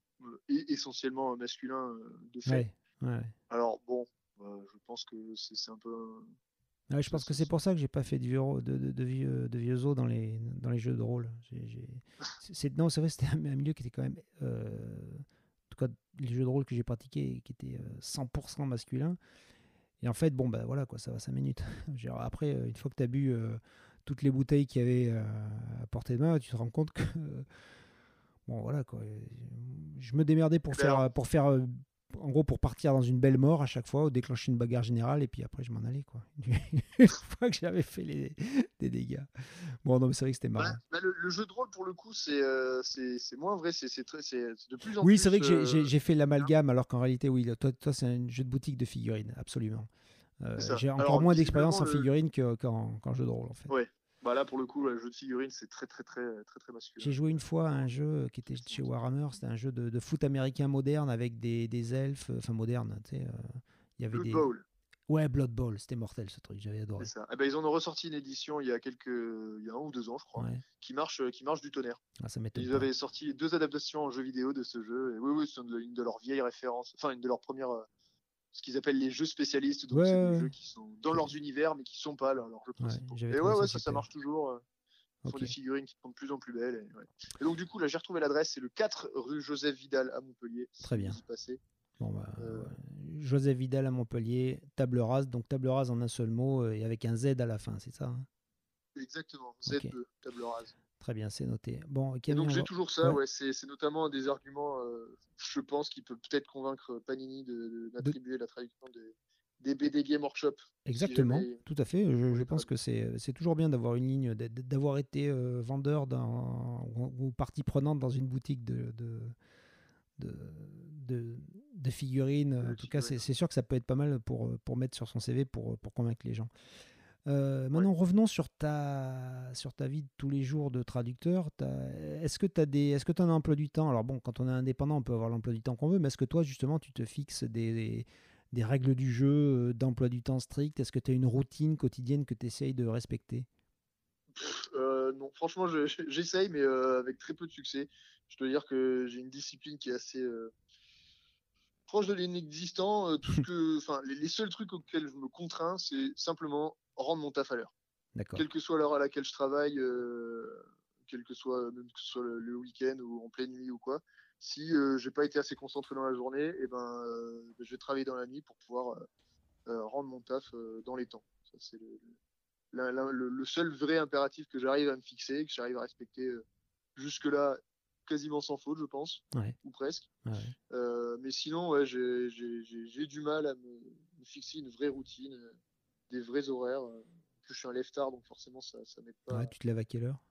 est essentiellement masculin euh, de fait. Ouais, ouais. Alors bon, euh, je pense que c'est c'est un peu un- Ouais, je c'est- pense que c'est- c'est c'est- pour ça que j'ai pas fait de vieux, ro- de, de, de vieux, de vieux os dans les, dans les jeux de rôle. J'ai, j'ai- c'est, c'est- non, c'est vrai, c'était un, un milieu qui était quand même. euh, en tout cas, les jeux de rôle que j'ai pratiqués qui étaient euh, cent pour cent masculins. Et en fait, bon, bah voilà, quoi, ça va cinq minutes. Genre, après, euh, une fois que tu as bu euh, toutes les bouteilles qu'il y avait euh, à portée de main, tu te rends compte que. euh, bon, voilà, quoi. Je me démerdais Eh pour ben faire, alors, euh, pour faire euh, en gros, pour partir dans une belle mort à chaque fois, ou déclencher une bagarre générale, et puis après, je m'en allais, quoi. Une fois que j'avais fait les, des dégâts. Bon, non, mais c'est vrai que c'était bah, marrant. bah, le, le jeu de rôle pour le coup c'est euh, c'est c'est moins vrai, c'est c'est très c'est c'est de plus en Oui, c'est vrai plus que j'ai j'ai- euh, j'ai fait féminin. l'amalgame, alors qu'en réalité, oui, là, toi, toi c'est un jeu de boutique de figurines, absolument. C'est Euh, ça. j'ai encore Alors moins visiblement d'expérience en le figurines que- qu'en qu'en jeu de rôle, en fait. ouais. Bah là pour le coup le jeu de figurines c'est très très très très très masculin. J'ai joué une fois à un Faut, jeu qui faut était pas se chez mentir. Warhammer, c'était un jeu de, de foot américain moderne avec des, des elfes, euh, enfin moderne, tu sais. euh, Il y avait Blood des. Bowl. Ouais, Blood Bowl, c'était mortel ce truc, j'avais C'est adoré. ça. Eh ben, ils en ont ressorti une édition il y a quelques, il y a un ou deux ans, je crois, Ouais, qui marche, qui marche du tonnerre. ah, ça Et m'étonne ils pas. avaient sorti deux adaptations en jeu vidéo de ce jeu. Et oui, oui, c'est une de, une de leurs vieilles références, enfin une de leurs premières, euh, ce qu'ils appellent les jeux spécialistes. Ouais, Donc c'est des ouais, jeux qui sont dans ouais, leurs univers, mais qui sont pas leurs, leurs jeux ouais, principaux. j'avais Et trouvé ouais, ça ouais, ça, ça super. marche toujours. euh, Ils font Ok, des figurines qui sont de plus en plus belles. Et, ouais. Et donc du coup, là, j'ai retrouvé l'adresse. C'est le quatre rue Joseph Vidal à Montpellier, très si vous bien. y passez. Bon, bah, Euh, ouais. Joseph Vidal à Montpellier, table rase, donc table rase en un seul mot euh, et avec un Z à la fin, c'est ça, hein? exactement. Ok, Z deux, table rase. très bien, c'est noté. Bon, Et Camille, donc on j'ai va. toujours ça, Ouais, ouais, c'est c'est notamment un des arguments, euh, je pense, qui peut peut-être convaincre Panini de, de de- m'attribuer la traduction des, des B D Game Workshop, si exactement, jamais tout à fait. Je, on je les pense traduit. que c'est c'est toujours bien d'avoir une ligne, d'a- d'avoir été euh, vendeur dans, ou, ou partie prenante dans une boutique de, de, de, de- de figurines. De En jeux de tout cas, c'est figurines. c'est sûr que ça peut être pas mal pour, pour mettre sur son C V pour, pour convaincre les gens. Euh, Ouais. maintenant, revenons sur ta, sur ta vie de tous les jours de traducteur. T'as- Est-ce que tu as des, est-ce que tu as un emploi du temps? Alors bon, quand on est indépendant, on peut avoir l'emploi du temps qu'on veut, mais est-ce que toi, justement, tu te fixes des, des, des règles du jeu, euh, d'emploi du temps strict? Est-ce que tu as une routine quotidienne que tu essayes de respecter? Euh, non, franchement, je- je- j'essaye, mais euh, avec très peu de succès. Je dois dire que j'ai une discipline qui est assez euh, proche de l'inexistant. Euh, tout ce que, enfin, les, les seuls trucs auxquels je me contrains, c'est simplement rendre mon taf à l'heure. D'accord. Quelle que soit l'heure à laquelle je travaille, euh, quel que soit, même que ce soit le, le week-end ou en pleine nuit ou quoi, si euh, j'ai pas été assez concentré dans la journée, et ben, euh, je vais travailler dans la nuit pour pouvoir euh, euh, rendre mon taf euh, dans les temps. Ça, c'est le, la- la- le, le seul vrai impératif que j'arrive à me fixer, que j'arrive à respecter euh, jusque-là quasiment sans faute, je pense, Ouais, ou presque. ouais, ouais. Euh, mais sinon, ouais, j'ai j'ai- j'ai- j'ai du mal à me, me fixer une vraie routine, euh, des vrais horaires. euh, que je suis un lève-tard, donc forcément, ça, ça m'aide Ouais, pas. tu te lèves à quelle heure?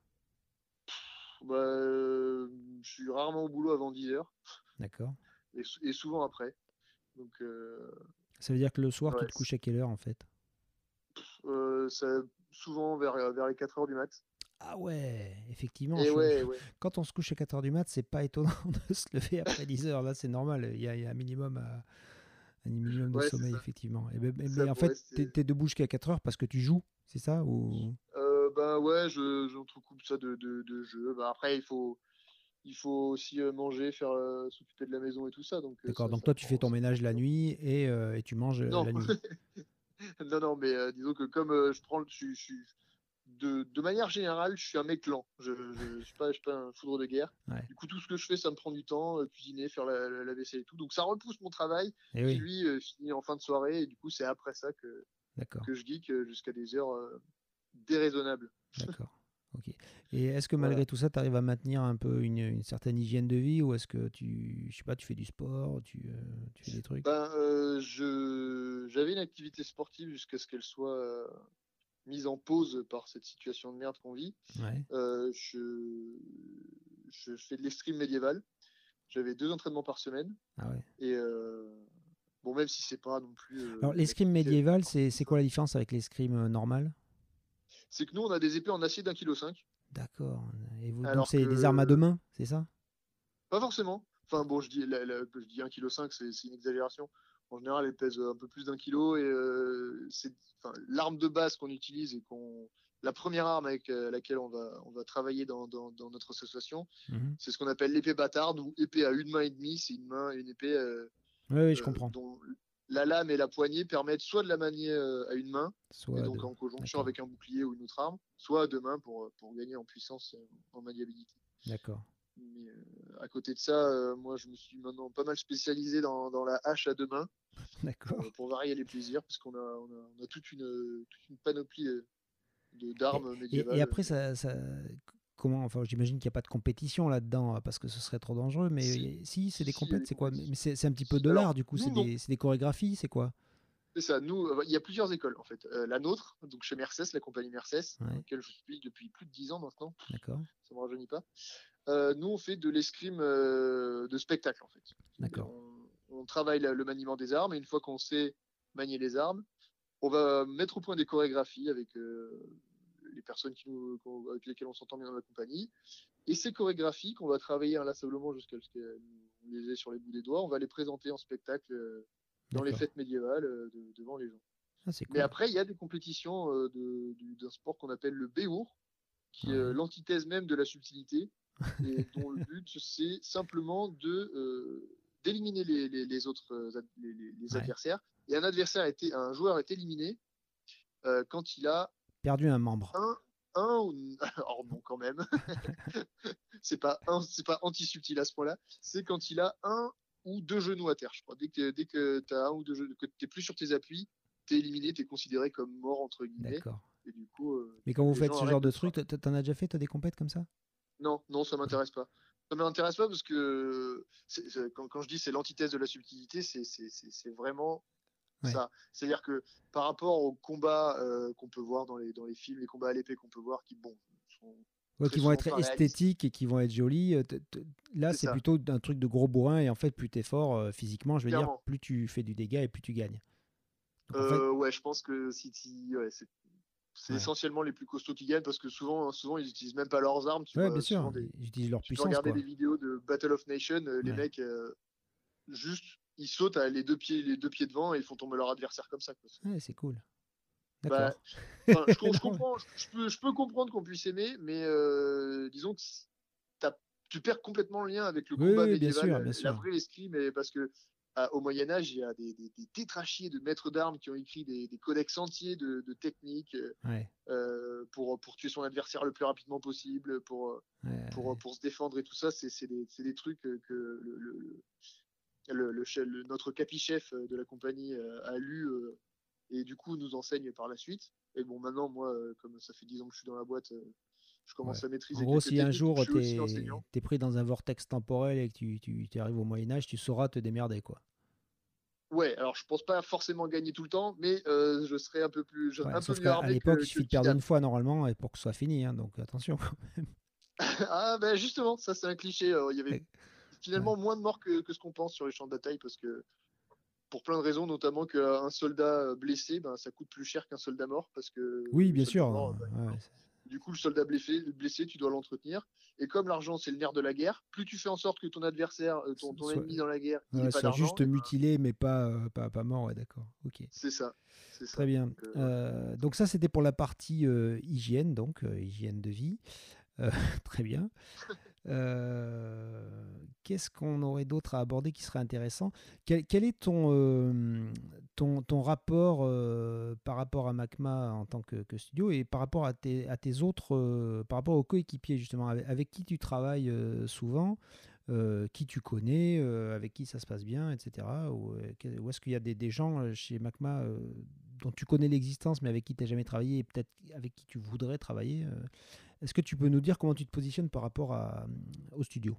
Bah, euh, je suis rarement au boulot avant dix heures D'accord. et, sou- et souvent après. Donc, euh, Ça veut dire que le soir, tu ouais, te couches à quelle heure en fait? euh, ça, souvent vers, vers les quatre heures du mat. Ah ouais, effectivement, Et je- ouais, ouais. quand on se couche à quatre heures du mat, c'est pas étonnant de se lever après dix heures. Là, c'est normal, il y a, il y a un minimum, à- un minimum de Ouais, c'est sommeil, ça. effectivement. Et ben- mais, C'est ça mais en pour fait, rester. t'es, t'es debout jusqu'à quatre heures parce que tu joues, c'est ça ou... Euh, bah ouais, je, j'entrecoupe ça de, de, de jeu. Bah après, il faut, il faut aussi euh, manger, faire euh, s'occuper de la maison et tout ça. Donc euh, D'accord, ça, donc ça toi, tu fais prend, ton ça prend ménage du la temps. nuit et, euh, et tu manges euh, Non, la nuit. non, non, mais euh, disons que comme euh, je prends, le- je, je, de, de manière générale, je suis un mec lent. Je, je, je suis pas, je suis pas un foudre de guerre. Ouais. Du coup, tout ce que je fais, ça me prend du temps, euh, cuisiner, faire la, la, la vaisselle et tout. Donc ça repousse mon travail, Et qui oui, lui euh, finit en fin de soirée. Et du coup, c'est après ça que, d'accord, que je geek euh, jusqu'à des heures euh, déraisonnables. d'accord. Ok. Et est-ce que Voilà. malgré tout ça, tu arrives à maintenir un peu une, une certaine hygiène de vie ou est-ce que tu, je sais pas, tu fais du sport, tu, euh, tu fais des trucs? Ben, euh, je, j'avais une activité sportive jusqu'à ce qu'elle soit euh, mise en pause par cette situation de merde qu'on vit. Ouais. Euh, je, je fais de l'escrime médiéval. J'avais deux entraînements par semaine. Ah ouais. Et euh, bon, même si c'est pas non plus Alors, euh, une l'escrime activité avec médiéval, c'est c'est sportive, quoi la différence avec l'escrime euh, normal? c'est que nous, on a des épées en acier d'un kilo cinq, D'accord. Et vous, donc alors c'est des armes à deux que mains, c'est ça? pas forcément. Enfin bon, je dis, la, la, je dis un kilo cinq, c'est c'est une exagération. En général, elle pèse un peu plus d'un kilo et euh, c'est enfin, l'arme de base qu'on utilise et qu'on la première arme avec euh, laquelle on va, on va travailler dans, dans, dans notre association, Mhm. c'est ce qu'on appelle l'épée bâtarde ou épée à une main et demie. C'est une main, une épée euh, Oui, oui, je euh, comprends. dont la lame et la poignée permettent soit de la manier euh, à une main, et Soit donc deux. en conjonction D'accord. avec un bouclier ou une autre arme, soit à deux mains pour, pour gagner en puissance, euh, en maniabilité. D'accord. Mais euh, à côté de ça, euh, moi je me suis maintenant pas mal spécialisé dans, dans la hache à deux mains D'accord. pour, pour varier les plaisirs, parce qu'on a, on a, on a toute, une, toute une panoplie euh, de, Et, d'armes et, et médiévales. après, ça, ça- comment, enfin, j'imagine qu'il n'y a pas de compétition là-dedans, euh, parce que ce serait trop dangereux, Si, mais si, c'est si, des si, il y a compètes, des c'est quoi? Mais compétitions. mais c'est c'est un petit peu de l'art, Alors, du coup, c'est nous, non. des, c'est des chorégraphies, c'est quoi? C'est ça. Nous, euh, il y a plusieurs écoles en fait. Euh, la nôtre, donc chez Mercès, la compagnie Mercès, dans Ouais, laquelle je suis depuis plus de dix ans maintenant, d'accord, ça me rajeunit pas. Euh, nous, on fait de l'escrime euh, de spectacle, en fait. d'accord, On, on travaille la- le maniement des armes, et une fois qu'on sait manier les armes, on va mettre au point des chorégraphies avec euh, les personnes qui nous, qu'on- avec lesquelles on s'entend bien dans la compagnie. Et ces chorégraphies qu'on va travailler inlassablement jusqu'à ce qu'on les ait sur les bouts des doigts, on va les présenter en spectacle euh, dans les d'accord. fêtes médiévales euh, de- devant les gens. Ah, c'est Mais cool. après, il y a des compétitions euh, de- du- d'un sport qu'on appelle le béour, qui est euh, Ouais. l'antithèse même de la subtilité, et dont le but, c'est simplement de euh, d'éliminer les, les, les autres euh, ad- les, les- les Ouais. adversaires. Et un adversaire était, un joueur est éliminé euh, quand il a Perdu un membre. un, un ou alors non quand même, c'est pas un, c'est pas anti-subtil à ce point-là, c'est quand il a un ou deux genoux à terre, je crois. Dès que dès que t'as un ou deux genoux, que t'es plus sur tes appuis, t'es éliminé, t'es considéré comme mort entre guillemets. D'accord. Et du coup, euh, Mais du quand coup, vous les faites gens ce genre arrêtent de de se truc, frapper. t- t'en as déjà fait, toi, des compètes comme ça? Non, non, ça Non. m'intéresse pas. Ça m'intéresse pas parce que c'est- c'est- quand, quand je dis c'est l'antithèse de la subtilité, c'est c'est- c'est- c'est vraiment Ouais. ça. C'est-à-dire que par rapport aux combats euh, qu'on peut voir dans les, dans les films, les combats à l'épée qu'on peut voir, qui bon, sont Ouais, très qui vont souvent être pas réalistes, esthétiques et qui vont être jolis. euh, t- t- Là, c'est c'est ça, plutôt un truc de gros bourrin et en fait, plus t'es fort euh, physiquement, je veux dire, clairement. plus tu fais du dégât et plus tu gagnes. Donc en fait, Euh, ouais, je pense que si, si ouais, c'est c'est Ouais. essentiellement les plus costauds qui gagnent parce que souvent, souvent ils utilisent même pas leurs armes. Tu Ouais, bien vois, sûr, souvent des, ils utilisent leur tu peux puissance, regarder quoi. des vidéos de Battle of Nations, euh, les Ouais, mecs, euh, juste, ils sautent à les deux pieds, les deux pieds devant et ils font tomber leur adversaire comme ça, quoi. C'est- ouais, c'est cool. Bah, D'accord. enfin, je, com- je Non, mais- comprends, je, je peux, je peux comprendre qu'on puisse aimer, mais euh, disons que c- t'as- tu perds complètement le lien avec le Oui, combat oui, bien médiéval, sûr, la, bien la sûr. vraie esprit, mais parce que à- au Moyen Âge, il y a des, des, des tétrachiers de maîtres d'armes qui ont écrit des, des codex entiers de, de techniques Ouais, euh, pour, pour tuer son adversaire le plus rapidement possible, pour, pour, ouais, pour se défendre et tout ça. C'est c'est des, c'est des trucs que le, le, le, le, chef- le- notre capichef de la compagnie euh, a lu euh, et du coup nous enseigne par la suite. Et bon, maintenant, moi, euh, comme ça fait dix ans que je suis dans la boîte, euh, je ouais. commence à En maîtriser gros, quelques si un techniques, donc je jour suis aussi t'es enseignant. es pris dans un vortex temporel et que tu, tu, tu arrives au Moyen-Âge, tu sauras te démerder, quoi. Ouais, alors je pense pas forcément gagner tout le temps, mais euh, je serai un peu plus, je- Ouais, un peu sauf mieux qu'à à armé l'époque, que, il que suffit le de perdre Kidam. une fois normalement et pour que ce soit fini, hein, donc attention. Ah ben justement, ça c'est un cliché. euh, Il y avait Ouais, finalement moins de morts que, que ce qu'on pense sur les champs de bataille parce que pour plein de raisons, notamment qu'un soldat blessé, ben, ça coûte plus cher qu'un soldat mort parce que oui, le bien soldat sûr. mort, ben, Ouais, c'est- du coup, le soldat blessé, blessé tu dois l'entretenir. Et comme l'argent, c'est le nerf de la guerre, plus tu fais en sorte que ton adversaire, euh, ton, ton soit, ennemi dans la guerre, il n'ait ouais, pas soit d'argent, juste et ben, mutilé, mais pas, euh, pas, pas mort, ouais, d'accord. Ok. c'est ça. C'est Très ça. bien. Donc, euh, voilà. Euh, donc ça, c'était pour la partie euh, hygiène, donc euh, hygiène de vie. Euh, très bien. Euh, Qu'est-ce qu'on aurait d'autre à aborder qui serait intéressant? Quel, quel est ton, euh, ton, ton rapport euh, par rapport à Macma en tant que, que studio et par rapport à tes, à tes autres, euh, par rapport aux coéquipiers justement, avec, avec qui tu travailles euh, souvent, euh, qui tu connais, euh, avec qui ça se passe bien, et cetera. Ou, euh, que- ou est-ce qu'il y a des, des gens euh, chez Macma euh, dont tu connais l'existence mais avec qui tu n'as jamais travaillé et peut-être avec qui tu voudrais travailler? euh Est-ce que tu peux nous dire comment tu te positionnes par rapport à, au studio?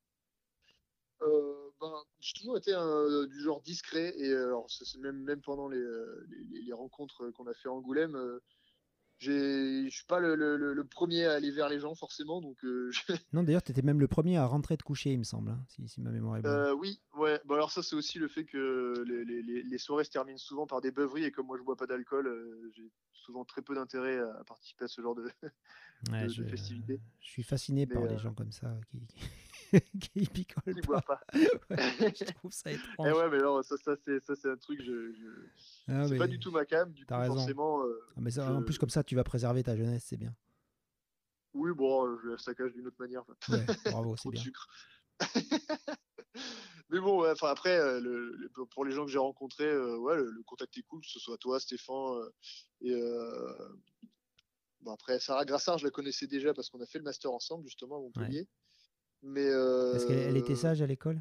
Euh, ben, j'ai toujours été un- du genre discret et euh, alors c'est c'est même même pendant les, euh, les, les rencontres qu'on a fait à Angoulême, euh, j'ai, je suis pas le, le, le- le premier à aller vers les gens forcément, donc euh, Non, d'ailleurs, tu étais même le premier à rentrer te coucher, il me semble, hein, si, si ma mémoire est bonne. Euh, oui, ouais. Bon, alors ça, c'est aussi le fait que les, les- les- les soirées se terminent souvent par des beuveries et comme moi je bois pas d'alcool, euh, j'ai souvent très peu d'intérêt à participer à ce genre de, Ouais, de, je, de festivités. je suis fasciné Mais par les euh, gens comme ça qui, qui picolent qui boivent pas. pas. Ouais, je trouve ça Et étrange. ouais, mais non, ça, ça c'est ça c'est un truc. Je, je... Ah, C'est pas mais du tout ma cam. Du t'as coup, raison. forcément, euh, Ah, mais ça, en plus, je. comme ça, tu vas préserver ta jeunesse, c'est bien. Oui, bon, je la saccage d'une autre manière. Ouais, bravo, c'est Trop de bien. sucre. Mais bon, ouais, enfin après, euh, le, le- pour les gens que j'ai rencontrés, euh, ouais, le, le contact est cool, que ce soit toi, Stéphane, euh, et euh, bon, après, Sarah Grassard, je la connaissais déjà parce qu'on a fait le master ensemble, justement, à Ouais. Montpellier. Mais Est-ce qu'elle elle était euh... sage à l'école?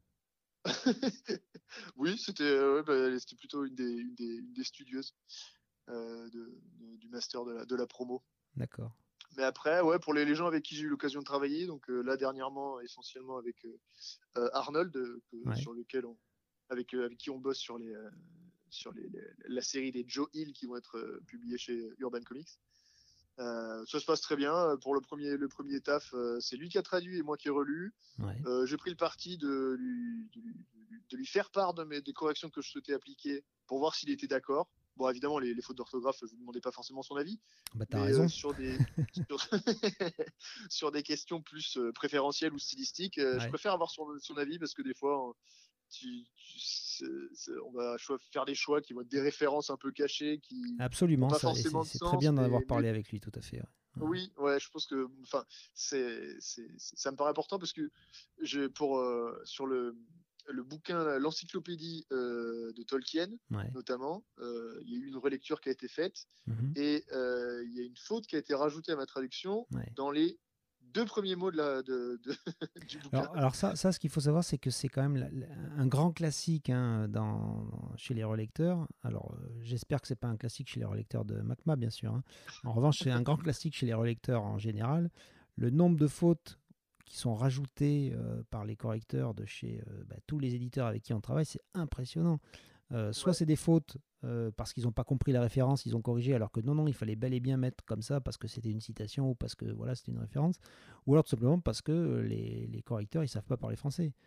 oui, c'était euh, ouais, bah, c'était plutôt une des, une des, une des studieuses euh, de, de- du master de la, de la promo. D'accord. Mais après, ouais, pour les, les gens avec qui j'ai eu l'occasion de travailler, donc euh, là dernièrement, essentiellement avec euh, euh, Arnold, euh, que- Ouais. sur lequel on, avec, euh, avec qui on bosse sur, les, euh, sur les, les- la série des Joe Hill qui vont être euh, publiés chez Urban Comics. Euh, ça se passe très bien. Pour le premier, le premier taf, euh, c'est lui qui a traduit et moi qui ai relu. Ouais. Euh, j'ai pris le parti de lui, de, lui, de lui faire part de mes, des corrections que je souhaitais appliquer pour voir s'il était d'accord. Bon, évidemment, les, les fautes d'orthographe, je ne demandais pas forcément son avis, Bah, t'as mais euh, raison. sur, des, sur, sur, des questions plus euh, préférentielles ou stylistiques, euh, je Ouais. préfère avoir son, son avis parce que des fois, tu, tu, c'est, c'est, on va faire des choix qui vont être des références un peu cachées, qui n'ont Absolument, pas ça, et c'est forcément de c'est très sens, bien d'en avoir mais, mais parlé avec lui, tout à fait. Ouais. Ouais. oui, ouais, je pense que, enfin, c'est, c'est, ça me paraît important parce que je, pour euh, sur le, le bouquin, l'encyclopédie euh, de Tolkien, Ouais. notamment, euh, il y a eu une relecture qui a été faite Mhm. et euh, il y a une faute qui a été rajoutée à ma traduction Ouais. dans les deux premiers mots de la, de, de, du bouquin. Alors, alors ça, ça, ce qu'il faut savoir, c'est que c'est quand même la- la- un grand classique hein, dans, chez les relecteurs. Alors, euh, j'espère que c'est pas un classique chez les relecteurs de Macma, bien sûr. Hein. En revanche, c'est un grand classique chez les relecteurs en général. Le nombre de fautes qui sont rajoutées euh, par les correcteurs de chez euh, bah, tous les éditeurs avec qui on travaille, c'est impressionnant. Euh, soit Ouais, c'est des fautes euh, parce qu'ils n'ont pas compris la référence, ils ont corrigé, alors que non, non, il fallait bel et bien mettre comme ça parce que c'était une citation ou parce que voilà, c'était une référence, ou alors tout simplement parce que euh, les, les correcteurs ils savent pas parler français.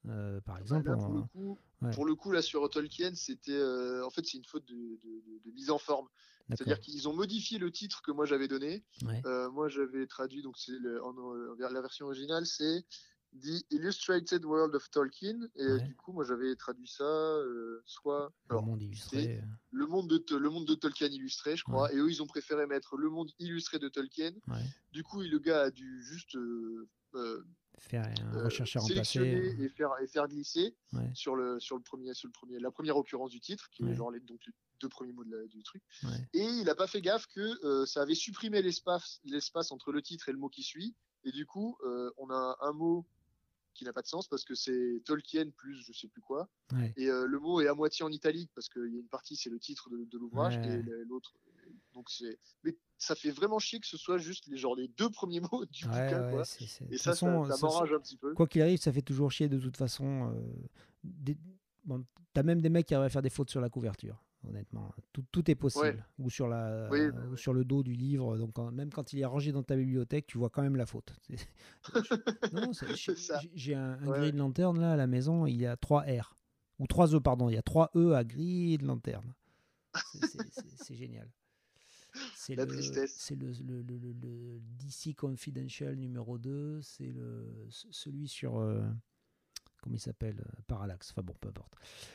Euh, par Ah bah exemple. là, pour le On... coup, Ouais, pour le coup, là, sur Tolkien, c'était, euh, en fait, c'est une faute de, de- de- de mise en forme. d'accord. C'est-à-dire qu'ils ont modifié le titre que moi j'avais donné. Ouais, Euh, moi, j'avais traduit, donc c'est le- en, en- la version originale, c'est The Illustrated World of Tolkien. Et ouais. du coup, moi, j'avais traduit ça, euh, soit, Le alors, monde c'était illustré. le monde de, le monde de Tolkien illustré, je Ouais, crois. Et eux, ils ont préféré mettre le monde illustré de Tolkien. ouais. Du coup, le gars a dû juste euh, euh, Faire un euh, rechercher remplacer. sélectionner et faire, et faire glisser Ouais, sur, le, sur, le premier, sur le premier, la première occurrence du titre, qui est ouais, genre les, donc, les deux premiers mots de la- du truc. ouais. Et il n'a pas fait gaffe que euh, ça avait supprimé l'espace, l'espace entre le titre et le mot qui suit. Et du coup, euh, on a un mot qui n'a pas de sens parce que c'est Tolkien plus je sais plus quoi. Ouais, Et euh, le mot est à moitié en italique parce qu'il y a une partie, c'est le titre de, de l'ouvrage et ouais. l'autre. Donc c'est. Mais ça fait vraiment chier que ce soit juste les, genre, les deux premiers mots du Ouais, bouquin, ouais, quoi. c'est, c'est... De Et toute ça, ça, façon, ça ça, ça- m'enrage un petit peu. quoi qu'il arrive, ça fait toujours chier de toute façon. Euh, des- bon, t'as même des mecs qui arrivent à faire des fautes sur la couverture, honnêtement. Tout, tout est Ouais, possible. Ou sur, oui, la, bah ou ouais. sur le dos du livre. Donc, quand- même quand il est rangé dans ta bibliothèque, tu vois quand même la faute. C'est- je- non, c'est- C'est j'ai ça. j'ai un, un Ouais. Green Lantern là à la maison, il y a trois R. Ou trois E, pardon. Il y a trois E à Green Lantern. C'est c'est- c'est- c'est génial. C'est La le, tristesse. c'est le, le, le, le- le D C Confidential numéro deux, c'est le, ce- celui sur, euh, comment il s'appelle, euh, Parallax, enfin bon, peu importe.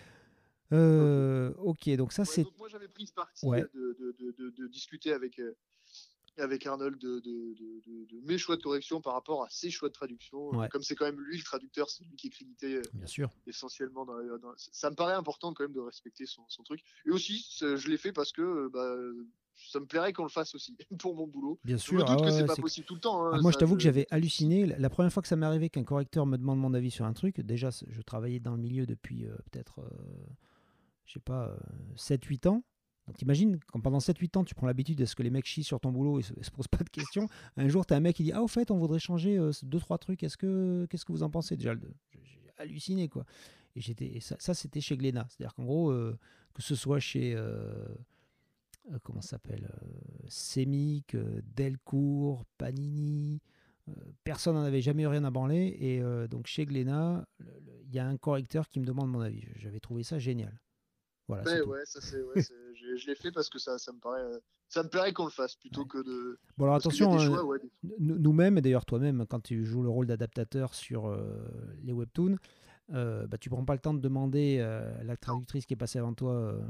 Ok. Euh, ok, donc ça Ouais, c'est... donc moi j'avais pris ce parti Ouais, de, de, de, de, de discuter avec, euh, avec Arnold de, de, de, de, de mes choix de correction par rapport à ses choix de traduction. Euh, ouais, Comme c'est quand même lui le traducteur, c'est lui qui est crédité euh, bien sûr. essentiellement dans, la- dans- ça me paraît important quand même de respecter son, son truc. Et aussi, c'est- je l'ai fait parce que euh, bah, ça me plairait qu'on le fasse aussi pour mon boulot. Bien Je me sûr, ah doute que ouais, c'est ouais, pas c'est... possible tout le temps, Ah, hein, moi je ça, t'avoue que je, y a j'avais pas de souci. halluciné. La la première fois que ça m'est arrivé qu'un correcteur me demande mon avis sur un truc, déjà c'est- je travaillais dans le milieu depuis euh, peut-être, euh, je sais pas, euh, sept huit ans. Donc t'imagines, quand pendant sept huit ans tu prends l'habitude à ce que les mecs chient sur ton boulot et se, et se posent pas de questions, un jour t'as un mec qui dit ah au fait on voudrait changer euh, deux trois trucs, est-ce que qu'est-ce que vous en pensez déjà? le- J'ai halluciné quoi. Et j'étais et ça, ça, c'était chez Glénat, c'est-à-dire qu'en gros euh, que ce soit chez euh, euh, comment ça s'appelle euh, Semic, euh, Delcourt, Panini, euh, personne n'en avait jamais eu rien à branler et euh, donc chez Glénat le- le- il y a un correcteur qui me demande mon avis. J'avais trouvé ça génial. Voilà, c'est Ben tout. ouais, ça c'est, ouais, c'est- je, je l'ai fait parce que ça, ça me paraît, euh, ça me plairait qu'on le fasse plutôt Ouais. que de, Bon, alors parce qu'il y a attention, des hein, choix, ouais. Des... nous- nous-mêmes, et d'ailleurs toi-même, quand tu joues le rôle d'adaptateur sur euh, les webtoons, euh, bah, tu prends pas le temps de demander euh, à la Non. traductrice qui est passée avant toi euh,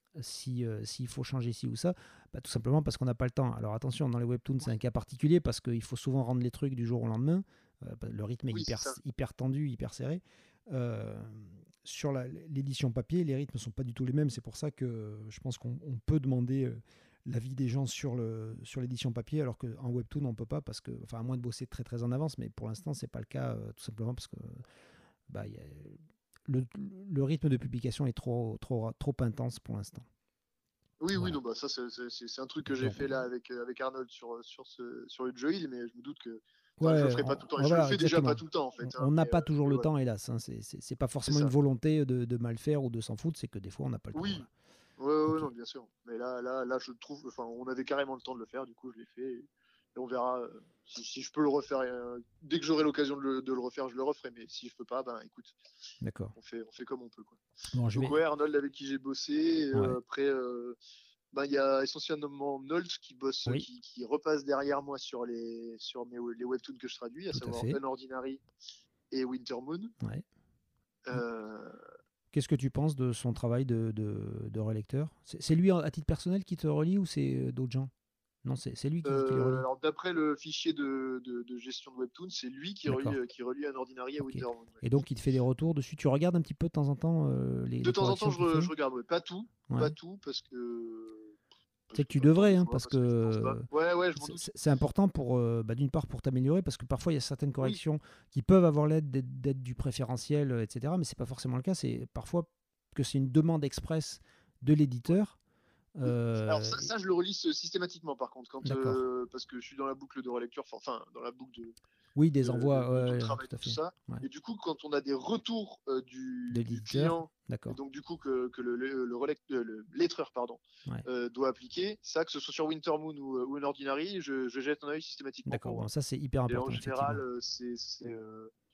si, euh, s'il faut changer ci ou ça, bah, tout simplement parce qu'on n'a pas le temps. Alors attention, dans les webtoons, c'est un Oui, cas particulier parce qu'il faut souvent rendre les trucs du jour au lendemain. Euh, bah, le rythme est oui, c'est hyper, ça. hyper tendu, hyper serré. Euh, sur la- l'édition papier, les rythmes ne sont pas du tout les mêmes. C'est pour ça que je pense qu'on on peut demander euh, l'avis des gens sur le sur l'édition papier, alors qu'en webtoon on peut pas parce que, enfin à moins de bosser très très en avance, mais pour l'instant c'est pas le cas, euh, tout simplement parce que bah, y a- le, le rythme de publication est trop trop trop intense pour l'instant. Oui, oui, Voilà. non, bah ça c'est, c'est, c'est c'est un truc que j'ai Donc fait là avec, euh, avec Arnold sur, sur ce, sur le Joil, mais je me doute que, enfin, je le ouais, ferai on- pas tout le temps. Et ouais, je le voilà fais déjà pas exactement. tout le temps en On fait, hein, on n'a mais, pas euh, toujours mais le voilà, temps, hélas, hein. C'est c'est- c'est pas c'est forcément une ça. volonté de, de mal faire ou de s'en foutre, c'est que des fois on n'a pas le temps. Oui, Voilà. ouais, ouais, ouais, Ok, non, bien sûr. Mais là, là, là, je trouve, enfin, on avait carrément le temps de le faire, du coup, je l'ai fait. Et, et on verra euh, si, si je peux le refaire. Euh, dès que j'aurai l'occasion de le, de le refaire, je le referai. Mais si je peux pas, ben écoute, d'accord. on fait, on fait comme on peut, quoi. Bon, je Donc vais. ouais, Arnold avec qui j'ai bossé. Et, Ouais. euh, après, euh, ben, il y a essentiellement Nolt qui bosse, Oui, qui, qui repasse derrière moi sur les, sur mes, les webtoons que je traduis, à tout à savoir fait. Unordinary et Winter Moon. Ouais. Il- Euh, Qu'est-ce que tu penses de son travail de, de, de relecteur? C'est c'est lui à titre personnel qui te relie ou c'est euh, d'autres gens? Non, c'est c'est lui qui, qui les Euh, relie. alors d'après le fichier de, de, de gestion de Webtoon, c'est lui qui relie, D'accord. euh, qui relie un Ordinary à Ok. Wintermoon. Ouais. Et donc il te fait des retours dessus. Tu regardes un petit peu de temps en temps euh, les, De les temps en temps, corrections je, qu'il re- je fait? regarde, ouais. Pas tout, pas Ouais. tout, parce que C'est parce que que tu pas le temps devrais, des hein, fois, parce parce que j'y pense pas. que Ouais, ouais, je m'en c'est doute. c'est important pour, euh, bah, d'une part pour t'améliorer, parce que parfois il y a certaines Oui, corrections qui peuvent avoir l'aide d'être d'être du préférentiel, euh, et cetera. Mais c'est pas forcément le cas. C'est parfois que c'est une demande express de ouais. l'éditeur. Oui. Alors Euh, ça, et- ça, je le relis euh, systématiquement, par contre, quand D'accord. euh, parce que je suis dans la boucle de relecture, enfin, enfin, dans la boucle de, Oui, des de, de, envois, de ton ouais, ouais, travail, tout à tout fait. ça. Ouais. Et du coup, quand on a des retours euh, De du, du l'éditeur, client, et d'accord. donc du coup que, que le, le, le, relec- euh, le lettreur pardon, Ouais. euh, doit appliquer, ça, que ce soit sur Wintermoon ou, euh, ou un Ordinary, je, je jette un œil systématiquement D'accord. pour Bon, voir. ça c'est hyper Et en important, général, effectivement. euh, c'est c'est, euh,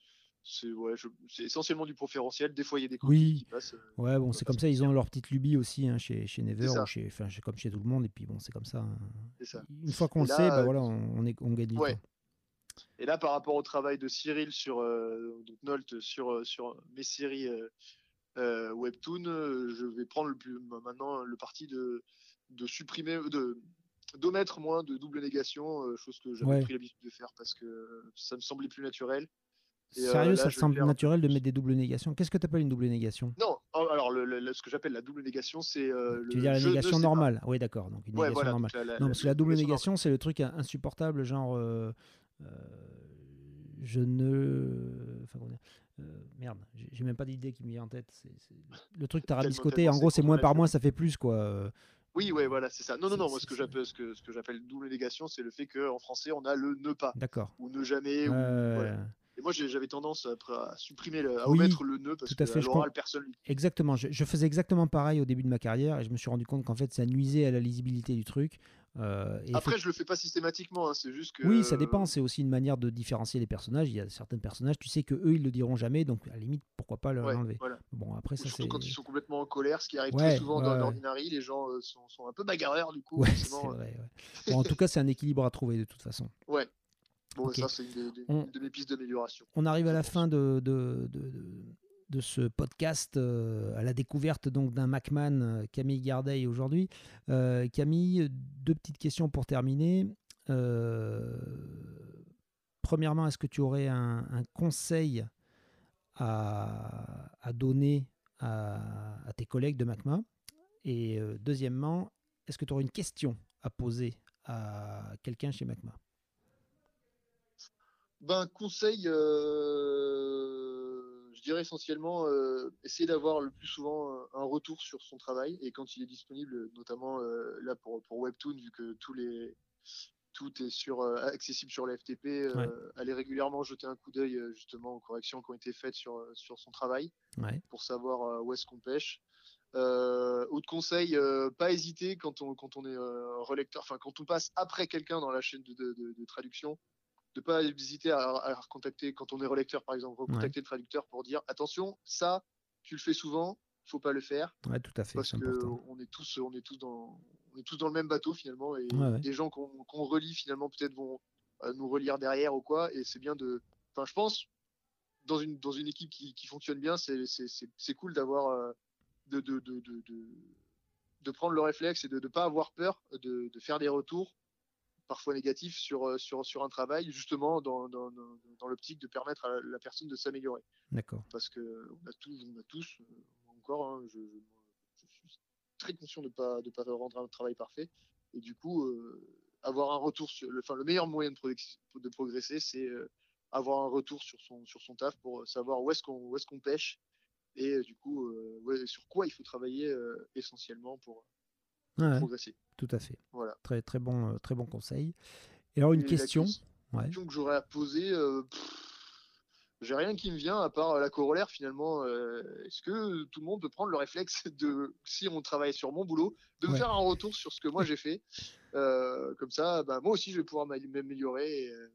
c'est ouais, je- c'est essentiellement du préférentiel. Des fois, il y a des coquilles Oui, qui passent. euh, ouais, on bon, va c'est pas comme se ça, ils ont mentir. leur petite lubie aussi hein, chez, chez C'est Never ou ça, chez, enfin, chez- comme chez tout le monde. Et puis bon, c'est comme ça, hein. c'est ça. Une fois qu'on Et le sait, bah là, euh, voilà, on, on est, on gagne du ouais. temps. Et là, par rapport au travail de Cyril sur euh, donc Nolt sur euh, sur mes séries euh, euh, Webtoon, euh, je vais prendre le plus, maintenant le parti de de supprimer, de d'omettre moins de double négation, euh, chose que j'avais Ouais. pris l'habitude de faire parce que ça me semblait plus naturel. Et euh, Sérieux, là, ça te je vais le semble faire un peu naturel de plus. mettre des doubles négations? Qu'est-ce que tu appelles une double négation? Non, oh, alors le- le- ce que j'appelle la double négation, c'est euh, Tu veux le dire la je ne négation sais pas. normale? Oui, d'accord, donc une Ouais, négation voilà, normale. donc la, la- Non, la- parce que la la double négation normale. négation, c'est le truc in- insupportable, genre euh, euh, je ne. Enfin, comment dire Euh, merde, j'ai j'ai même pas d'idée qui me vient en tête. C'est, c'est- Le truc Tellement, tarabiscoté, tellement en c'est gros, c'est moins par controversé. moins, ça fait plus, quoi. Euh, Oui, ouais, voilà, c'est ça. Non, non, c'est, non, moi, ce c'est- que c'est- j'appelle, ce que, ce que j'appelle double négation, c'est le fait qu'en français, on a le ne pas, D'accord. ou ne jamais, ou voilà. Euh, Et moi, j'ai- j'avais tendance à, à supprimer, le- à oui, omettre le ne, parce tout à qu'à fait. Je com- l'oral, personne l'utilise. Exactement. Je, je faisais exactement pareil au début de ma carrière et je me suis rendu compte qu'en fait, ça nuisait à la lisibilité du truc. Euh, et Après, effectivement, je le fais pas systématiquement, hein, c'est juste oui, ça dépend. que. C'est aussi une manière de différencier les personnages. Il y a certains personnages, tu sais que eux, ils le diront jamais, donc à la limite, pourquoi pas le- Ouais, l'enlever. voilà. Bon, après, Ou ça surtout quand ils c'est. sont complètement en colère, ce qui arrive très Ouais, souvent ouais, dans ouais. l'ordinary, les gens euh, sont, sont un peu bagarreurs, du coup, Ouais, c'est forcément. euh, vrai. Ouais. Bon, en tout cas, c'est un équilibre à trouver de toute façon. Ouais, bon, Ok. ça, c'est une, des- des- On, une de mes pistes d'amélioration, on arrive à je la fin pense. de, de, de, de- de ce podcast, euh, à la découverte donc d'un Macman, euh, Camille Gardeil aujourd'hui. Euh, Camille, deux petites questions pour terminer. Euh, Premièrement, est-ce que tu aurais un, un conseil à, à donner à, à tes collègues de MACMA? Et euh, deuxièmement, est-ce que tu aurais une question à poser à quelqu'un chez MACMA? Ben, conseil, euh, je dirais essentiellement euh, essayer d'avoir le plus souvent un, un retour sur son travail et quand il est disponible, notamment euh, là pour, pour Webtoon, vu que tous les, tout est sur, euh, accessible sur la F T P, Ouais, euh, aller régulièrement jeter un coup d'œil euh, justement aux corrections qui ont été faites sur, euh, sur son travail ouais, pour savoir euh, où est-ce qu'on pêche. Euh, autre conseil, euh, pas hésiter quand on, quand on est euh, relecteur, enfin quand on passe après quelqu'un dans la chaîne de, de, de, de traduction, de pas hésiter à, à recontacter quand on est relecteur par exemple, ouais, recontacter le traducteur pour dire attention, ça tu le fais souvent, faut pas le faire ouais, tout à fait, parce c'est que important. on est tous on est tous dans on est tous dans le même bateau finalement Ouais, et ouais, des gens qu'on qu'on relie finalement peut-être vont euh, nous relire derrière ou quoi et c'est bien de enfin je pense dans une dans une équipe qui, qui fonctionne bien c'est c'est c'est c'est cool d'avoir euh, de, de, de, de, de, de prendre le réflexe et de ne pas avoir peur de, de faire des retours parfois négatifs sur, euh, sur, sur un travail, justement dans, dans, dans, dans l'optique de permettre à la personne de s'améliorer. d'accord. Parce qu'on a tous, on a tous euh, encore, hein, je, je, je, suis très conscient de ne pas, de pas rendre un travail parfait. Et du coup, euh, avoir un retour sur le, enfin, le meilleur moyen de, de progresser, c'est euh, avoir un retour sur son, sur son taf pour savoir où est-ce qu'on, où est-ce qu'on pêche et euh, du coup, euh, ouais, sur quoi il faut travailler euh, essentiellement pour, Ouais, pour ouais, progresser. tout à fait. Voilà. Très, très bon, euh, très bon conseil. Et alors, une Et la question? Ouais, question que j'aurais à poser, euh, pff, j'ai rien qui me vient à part la corollaire finalement. Euh, Est-ce que tout le monde peut prendre le réflexe de, si on travaille sur mon boulot, de me ouais, faire un retour sur ce que moi j'ai fait. Euh, comme ça, bah, moi aussi je vais pouvoir m'améliorer et,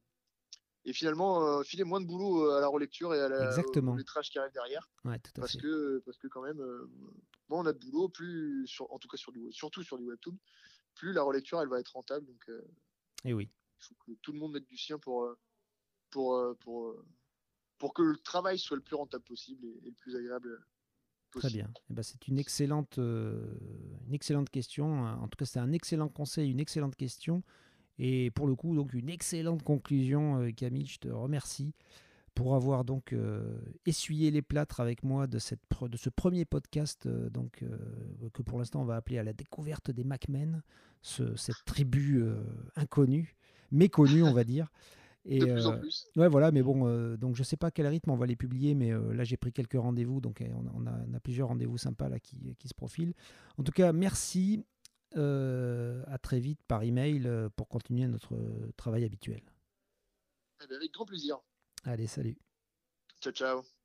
et finalement euh, filer moins de boulot à la relecture et à la, au exactement. lettrage qui arrive derrière. Ouais, tout à Parce fait. que, parce que quand même, euh, moins on a de boulot, plus, sur, en tout cas sur du, surtout sur du webtoon, plus la relecture elle va être rentable. Donc euh, Et oui, il faut que tout le monde mette du sien pour, euh, pour, euh, pour, euh, pour que le travail soit le plus rentable possible et, et le plus agréable très possible. bien. Eh ben, c'est une excellente, euh, une excellente question. En tout cas, c'est un excellent conseil, une excellente question. Et pour le coup, donc une excellente conclusion, euh, Camille. Je te remercie pour avoir donc euh, essuyé les plâtres avec moi de, cette, de ce premier podcast, euh, donc, euh, que pour l'instant on va appeler à la découverte des Macmen, ce, cette tribu euh, inconnue, méconnue on va dire. De Et plus en euh, plus. ouais voilà, mais bon, euh, donc je sais pas à quel rythme on va les publier, mais euh, là j'ai pris quelques rendez-vous, donc eh, on, a, on, a, on a plusieurs rendez-vous sympas là qui, qui se profilent. En tout cas, merci. Euh, à très vite par email euh, pour continuer notre euh, travail habituel. Eh bien, avec grand plaisir. Allez, salut. Ciao, ciao.